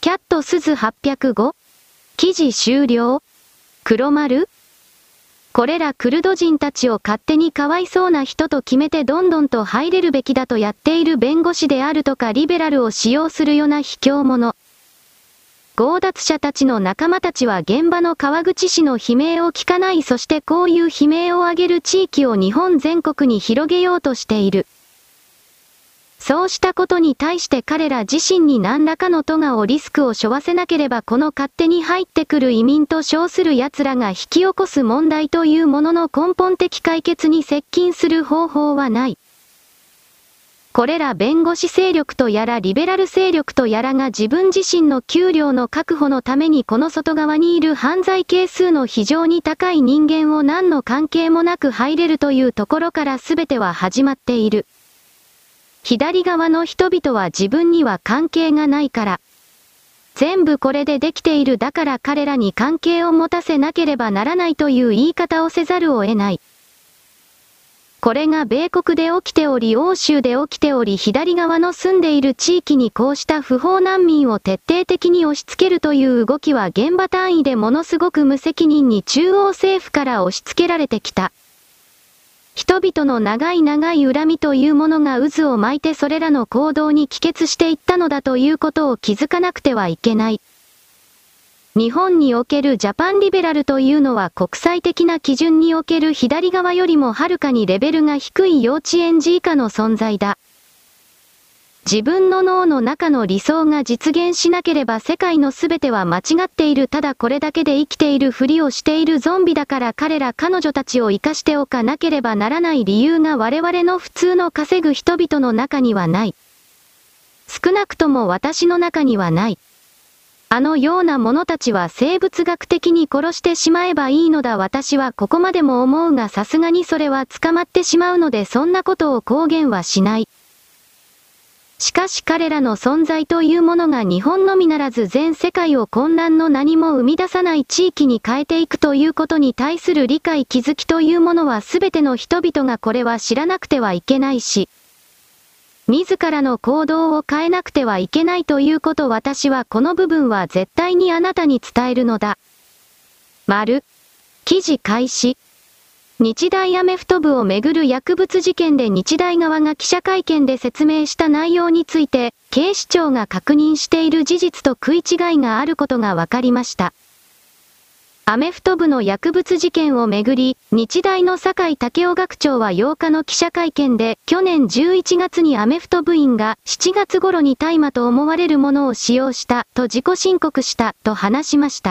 キャットスズはっぴゃくご? 記事終了。黒丸？これらクルド人たちを勝手にかわいそうな人と決めてどんどんと入れるべきだとやっている弁護士であるとかリベラルを使用するような卑怯者。強奪者たちの仲間たちは現場の川口市の悲鳴を聞かない。そしてこういう悲鳴を上げる地域を日本全国に広げようとしている。そうしたことに対して彼ら自身に何らかの咎をリスクを背負わせなければこの勝手に入ってくる移民と称する奴らが引き起こす問題というものの根本的解決に接近する方法はない。これら弁護士勢力とやらリベラル勢力とやらが自分自身の給料の確保のためにこの外側にいる犯罪係数の非常に高い人間を何の関係もなく入れるというところから全ては始まっている。左側の人々は自分には関係がないから。全部これでできているだから彼らに関係を持たせなければならないという言い方をせざるを得ない。これが米国で起きており欧州で起きており左側の住んでいる地域にこうした不法難民を徹底的に押し付けるという動きは現場単位でものすごく無責任に中央政府から押し付けられてきた。人々の長い長い恨みというものが渦を巻いてそれらの行動に帰結していったのだということを気づかなくてはいけない。日本におけるジャパンリベラルというのは国際的な基準における左側よりもはるかにレベルが低い幼稚園児以下の存在だ。自分の脳の中の理想が実現しなければ世界のすべては間違っている。ただこれだけで生きているふりをしているゾンビだから彼ら彼女たちを生かしておかなければならない理由が我々の普通の稼ぐ人々の中にはない。少なくとも私の中にはない。あのような者たちは生物学的に殺してしまえばいいのだ。私はここまでも思うがさすがにそれは捕まってしまうのでそんなことを公言はしない。しかし彼らの存在というものが日本のみならず全世界を混乱の何も生み出さない地域に変えていくということに対する理解気づきというものは全ての人々がこれは知らなくてはいけないし、自らの行動を変えなくてはいけないということ。私はこの部分は絶対にあなたに伝えるのだ。丸。記事開始。日大アメフト部をめぐる薬物事件で日大側が記者会見で説明した内容について、警視庁が確認している事実と食い違いがあることが分かりました。アメフト部の薬物事件をめぐり、日大の酒井健夫学長はようかの記者会見で、去年じゅういちがつにアメフト部員がしちがつ頃に大麻と思われるものを使用したと自己申告したと話しました。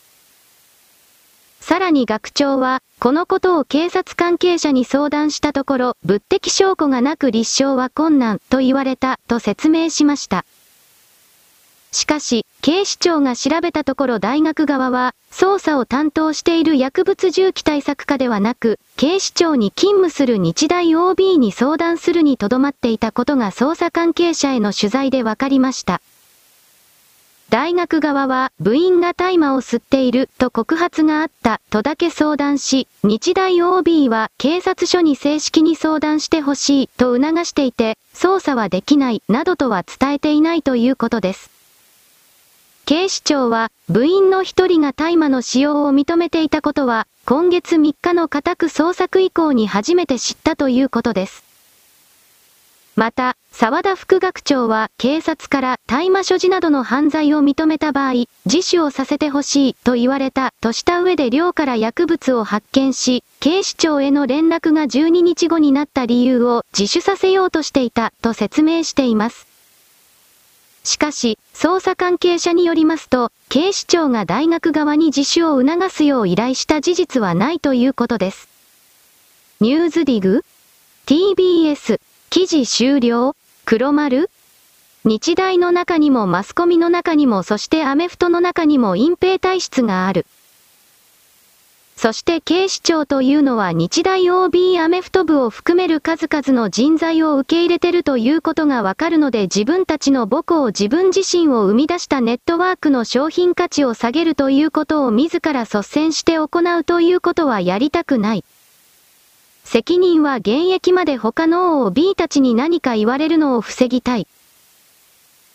さらに学長は、このことを警察関係者に相談したところ、物的証拠がなく立証は困難と言われたと説明しました。しかし、警視庁が調べたところ大学側は、捜査を担当している薬物銃器対策課ではなく、警視庁に勤務する日大 オービー に相談するにとどまっていたことが捜査関係者への取材で分かりました。大学側は部員が大麻を吸っていると告発があったとだけ相談し、日大 オービー は警察署に正式に相談してほしいと促していて、捜査はできないなどとは伝えていないということです。警視庁は部員の一人が大麻の使用を認めていたことは、今月みっかの家宅捜索以降に初めて知ったということです。また、澤田副学長は警察から大麻所持などの犯罪を認めた場合、自首をさせてほしいと言われたとした上で寮から薬物を発見し、警視庁への連絡がじゅうににちごになった理由を自首させようとしていたと説明しています。しかし、捜査関係者によりますと、警視庁が大学側に自首を促すよう依頼した事実はないということです。ニューズディグ ティービーエス記事終了黒丸日大の中にもマスコミの中にもそしてアメフトの中にも隠蔽体質がある。そして警視庁というのは日大 オービー アメフト部を含める数々の人材を受け入れてるということがわかるので自分たちの母校自分自身を生み出したネットワークの商品価値を下げるということを自ら率先して行うということはやりたくない。責任は現役まで他の オービー たちに何か言われるのを防ぎたい。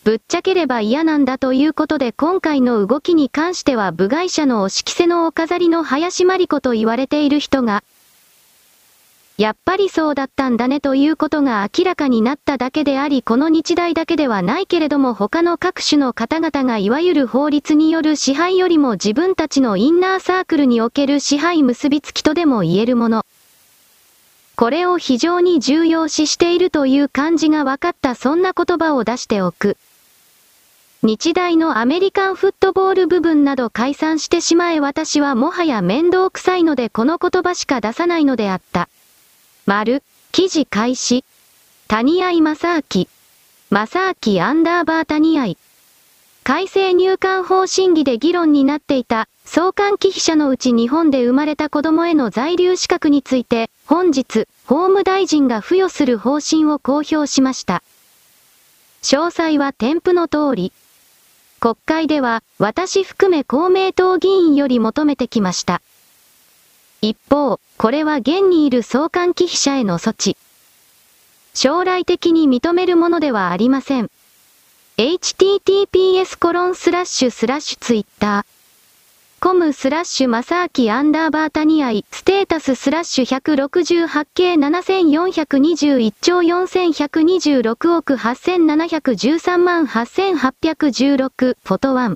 ぶっちゃければ嫌なんだということで今回の動きに関しては部外者のお仕着せのお飾りの林真理子と言われている人が、やっぱりそうだったんだねということが明らかになっただけであり、この日大だけではないけれども他の各種の方々がいわゆる法律による支配よりも自分たちのインナーサークルにおける支配結びつきとでも言えるもの。これを非常に重要視しているという感じが分かった、そんな言葉を出しておく。日大のアメリカンフットボール部分など解散してしまえ、私はもはや面倒くさいのでこの言葉しか出さないのであった。丸、記事開始。谷合正明。正明アンダーバー谷合。改正入管法審議で議論になっていた、送還忌避者のうち日本で生まれた子供への在留資格について、本日、法務大臣が付与する方針を公表しました。詳細は添付の通り。国会では、私含め公明党議員より求めてきました。一方、これは現にいる送還忌避者への措置。将来的に認めるものではありません。エイチティーティーピーエスコロンスラッシュスラッシュツイッターコムスラッシュマサーキアンダーバータニアイステータススラッシュひゃくろくじゅうはちケーななせんよんひゃくにじゅういちちょうよんせんひゃくにじゅうろくおくはっせんななひゃくじゅうさんまんはっせんはっぴゃくじゅうろくフォトワン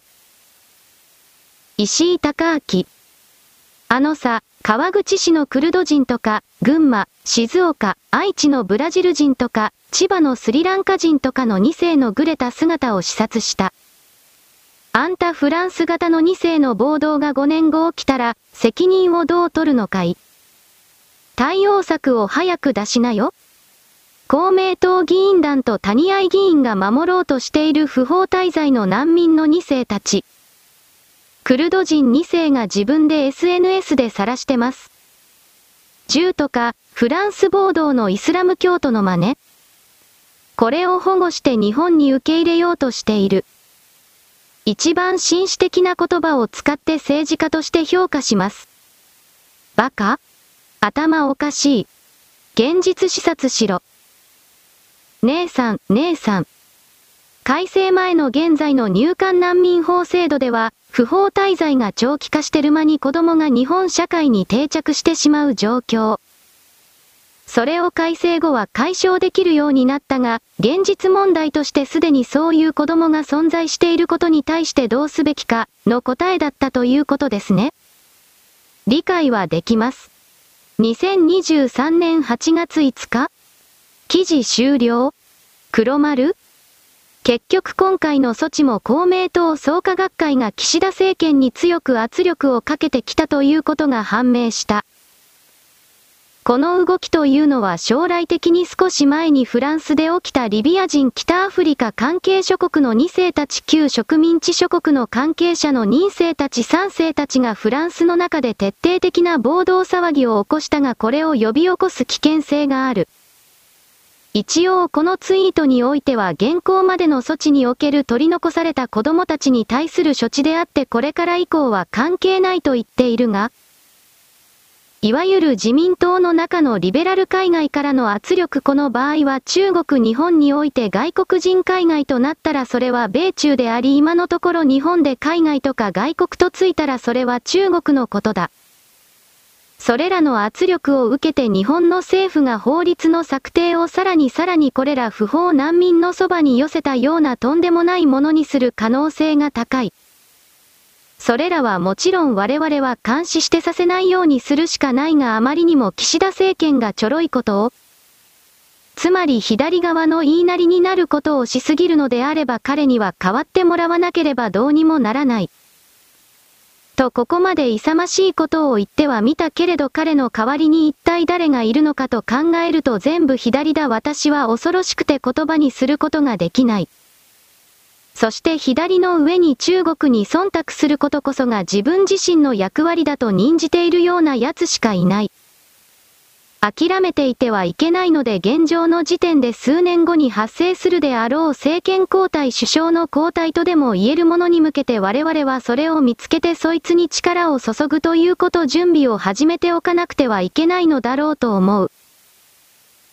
石井隆明あのさ、川口市のクルド人とか、群馬、静岡、愛知のブラジル人とか、千葉のスリランカ人とかのに世のグレた姿を視察した。あんたフランス型のに世の暴動がごねんご起きたら、責任をどう取るのかい？対応策を早く出しなよ。公明党議員団と谷合議員が守ろうとしている不法滞在の難民のに世たち。クルド人に世が自分で エスエヌエス で晒してます。銃とか、フランス暴動のイスラム教徒の真似。これを保護して日本に受け入れようとしている。一番紳士的な言葉を使って政治家として評価します。バカ？頭おかしい。現実視察しろ。姉さん、姉さん。改正前の現在の入管難民法制度では、不法滞在が長期化してる間に子供が日本社会に定着してしまう状況。それを改正後は解消できるようになったが、現実問題としてすでにそういう子供が存在していることに対してどうすべきか、の答えだったということですね。理解はできます。にせんにじゅうさんねんはちがついつか？記事終了？黒丸？結局今回の措置も公明党創価学会が岸田政権に強く圧力をかけてきたということが判明した。この動きというのは将来的に少し前にフランスで起きたリビア人北アフリカ関係諸国のに世たち旧植民地諸国の関係者のに世たちさん世たちがフランスの中で徹底的な暴動騒ぎを起こしたがこれを呼び起こす危険性がある。一応このツイートにおいては現行までの措置における取り残された子供たちに対する処置であってこれから以降は関係ないと言っているが、いわゆる自民党の中のリベラル海外からの圧力この場合は中国日本において外国人海外となったらそれは米中であり今のところ日本で海外とか外国とついたらそれは中国のことだ。それらの圧力を受けて日本の政府が法律の策定をさらにさらにこれら不法難民のそばに寄せたようなとんでもないものにする可能性が高い。それらはもちろん我々は監視してさせないようにするしかないがあまりにも岸田政権がちょろいことを、つまり左側の言いなりになることをしすぎるのであれば彼には代わってもらわなければどうにもならない。とここまで勇ましいことを言ってはみたけれど彼の代わりに一体誰がいるのかと考えると全部左だ私は恐ろしくて言葉にすることができない。そして左の上に中国に忖度することこそが自分自身の役割だと任じているような奴しかいない。諦めていてはいけないので現状の時点で数年後に発生するであろう政権交代首相の交代とでも言えるものに向けて我々はそれを見つけてそいつに力を注ぐということ準備を始めておかなくてはいけないのだろうと思う。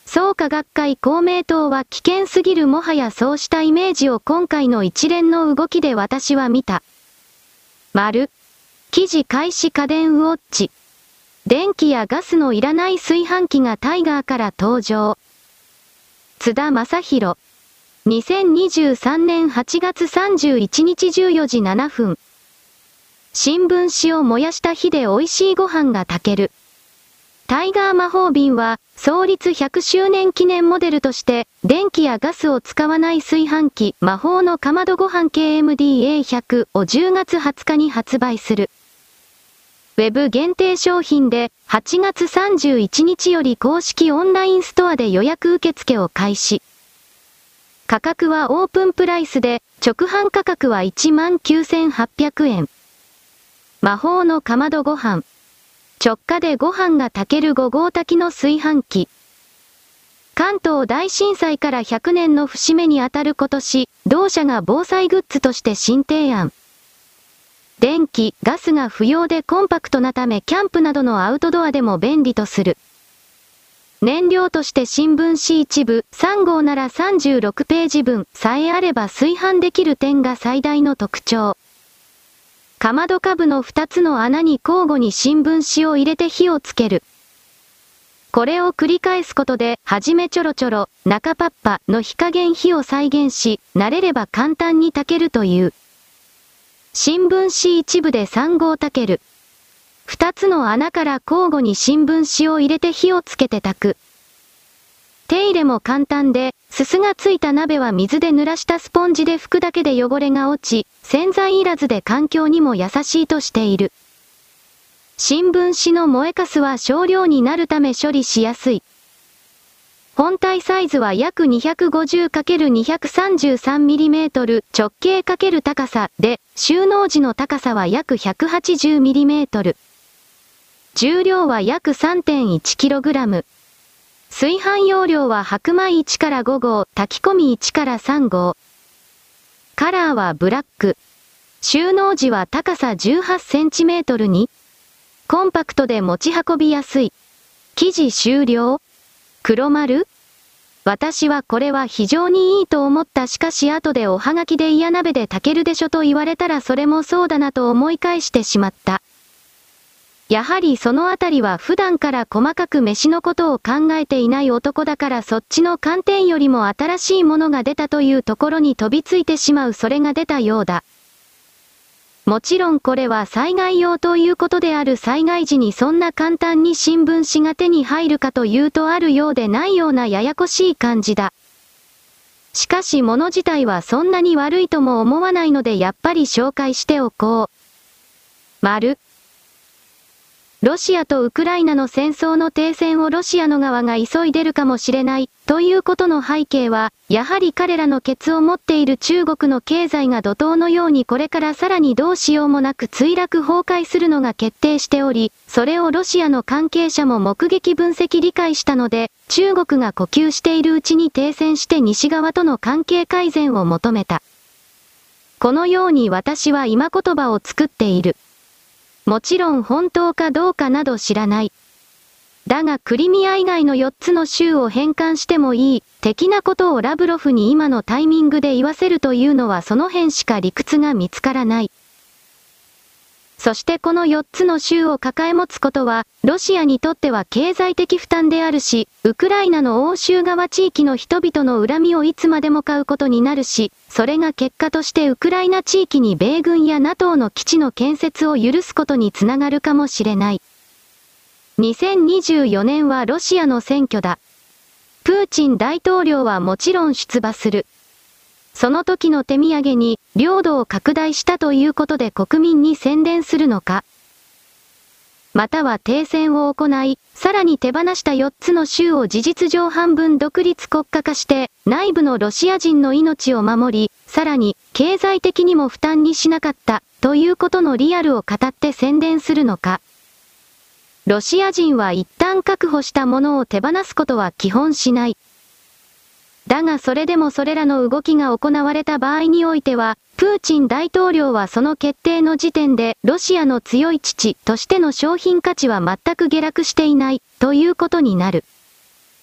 創価学会公明党は危険すぎるもはやそうしたイメージを今回の一連の動きで私は見た。丸。記事開始家電ウォッチ。電気やガスのいらない炊飯器がタイガーから登場。津田正宏。にせんにじゅうさんねんはちがつさんじゅういちにちじゅうよじななふん。新聞紙を燃やした火で美味しいご飯が炊ける。タイガー魔法瓶は、創立ひゃくしゅうねん記念モデルとして、電気やガスを使わない炊飯器、魔法のかまどご飯 ケーエムディーエーひゃく をじゅうがつはつかに発売する。ウェブ限定商品で、はちがつさんじゅういちにちより公式オンラインストアで予約受付を開始。価格はオープンプライスで、直販価格はいちまんきゅうせんはっぴゃくえん。魔法のかまどご飯。直下でご飯が炊けるごごう炊きの炊飯器。関東大震災からひゃくねんの節目にあたる今年、同社が防災グッズとして新提案。電気、ガスが不要でコンパクトなためキャンプなどのアウトドアでも便利とする。燃料として新聞紙いちぶ、さんごうならさんじゅうろくページぶんさえあれば炊飯できる点が最大の特徴。かまど下部のふたつの穴に交互に新聞紙を入れて火をつける。これを繰り返すことで、はじめちょろちょろ、中パッパの火加減火を再現し、慣れれば簡単に炊けるという。新聞紙いちぶでさんごう炊ける。ふたつの穴から交互に新聞紙を入れて火をつけて炊く。手入れも簡単で、すすがついた鍋は水で濡らしたスポンジで拭くだけで汚れが落ち、洗剤いらずで環境にも優しいとしている。新聞紙の燃えかすは少量になるため処理しやすい。本体サイズは約 にひゃくごじゅうかけるにひゃくさんじゅうさんミリメートル 直径×高さで、収納時の高さは約 ひゃくはちじゅうミリメートル。重量は約 さんてんいちキログラム。炊飯容量は白米いちからごごう、炊き込みいちからさんごう。カラーはブラック。収納時は高さじゅうはちセンチメートルに。コンパクトで持ち運びやすい。記事終了？黒丸？私はこれは非常にいいと思った。しかし後でおはがきで嫌鍋で炊けるでしょと言われたらそれもそうだなと思い返してしまった。やはりそのあたりは普段から細かく飯のことを考えていない男だからそっちの観点よりも新しいものが出たというところに飛びついてしまうそれが出たようだ。もちろんこれは災害用ということである。災害時にそんな簡単に新聞紙が手に入るかというとあるようでないようなややこしい感じだ。しかし物自体はそんなに悪いとも思わないのでやっぱり紹介しておこう。丸。ロシアとウクライナの戦争の停戦をロシアの側が急いでるかもしれないということの背景は、やはり彼らのケツを持っている中国の経済が怒涛のようにこれからさらにどうしようもなく墜落崩壊するのが決定しており、それをロシアの関係者も目撃分析理解したので、中国が呼吸しているうちに停戦して西側との関係改善を求めた。このように私は今言葉を作っている。もちろん本当かどうかなど知らない。だがクリミア以外のよっつの州を返還してもいい、的なことをラブロフに今のタイミングで言わせるというのはその辺しか理屈が見つからない。そしてこのよっつの州を抱え持つことは、ロシアにとっては経済的負担であるし、ウクライナの欧州側地域の人々の恨みをいつまでも買うことになるし、それが結果としてウクライナ地域に米軍や ナトー の基地の建設を許すことにつながるかもしれない。にせんにじゅうよねんはロシアの選挙だ。プーチン大統領はもちろん出馬する。その時の手土産に領土を拡大したということで国民に宣伝するのか。または停戦を行い、さらに手放したよっつの州を事実上半分独立国家化して、内部のロシア人の命を守り、さらに経済的にも負担にしなかったということのリアルを語って宣伝するのか。ロシア人は一旦確保したものを手放すことは基本しない。だがそれでもそれらの動きが行われた場合においては、プーチン大統領はその決定の時点でロシアの強い父としての商品価値は全く下落していないということになる。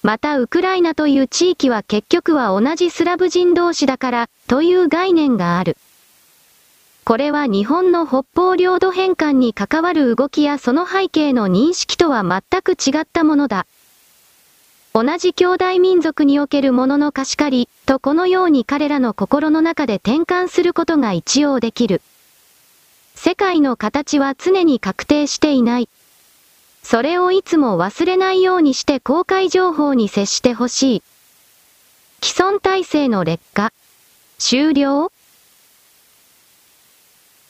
またウクライナという地域は結局は同じスラブ人同士だから、という概念がある。これは日本の北方領土返還に関わる動きやその背景の認識とは全く違ったものだ。同じ兄弟民族におけるものの貸し借り、とこのように彼らの心の中で転換することが一応できる。世界の形は常に確定していない。それをいつも忘れないようにして公開情報に接してほしい。既存体制の劣化。終了？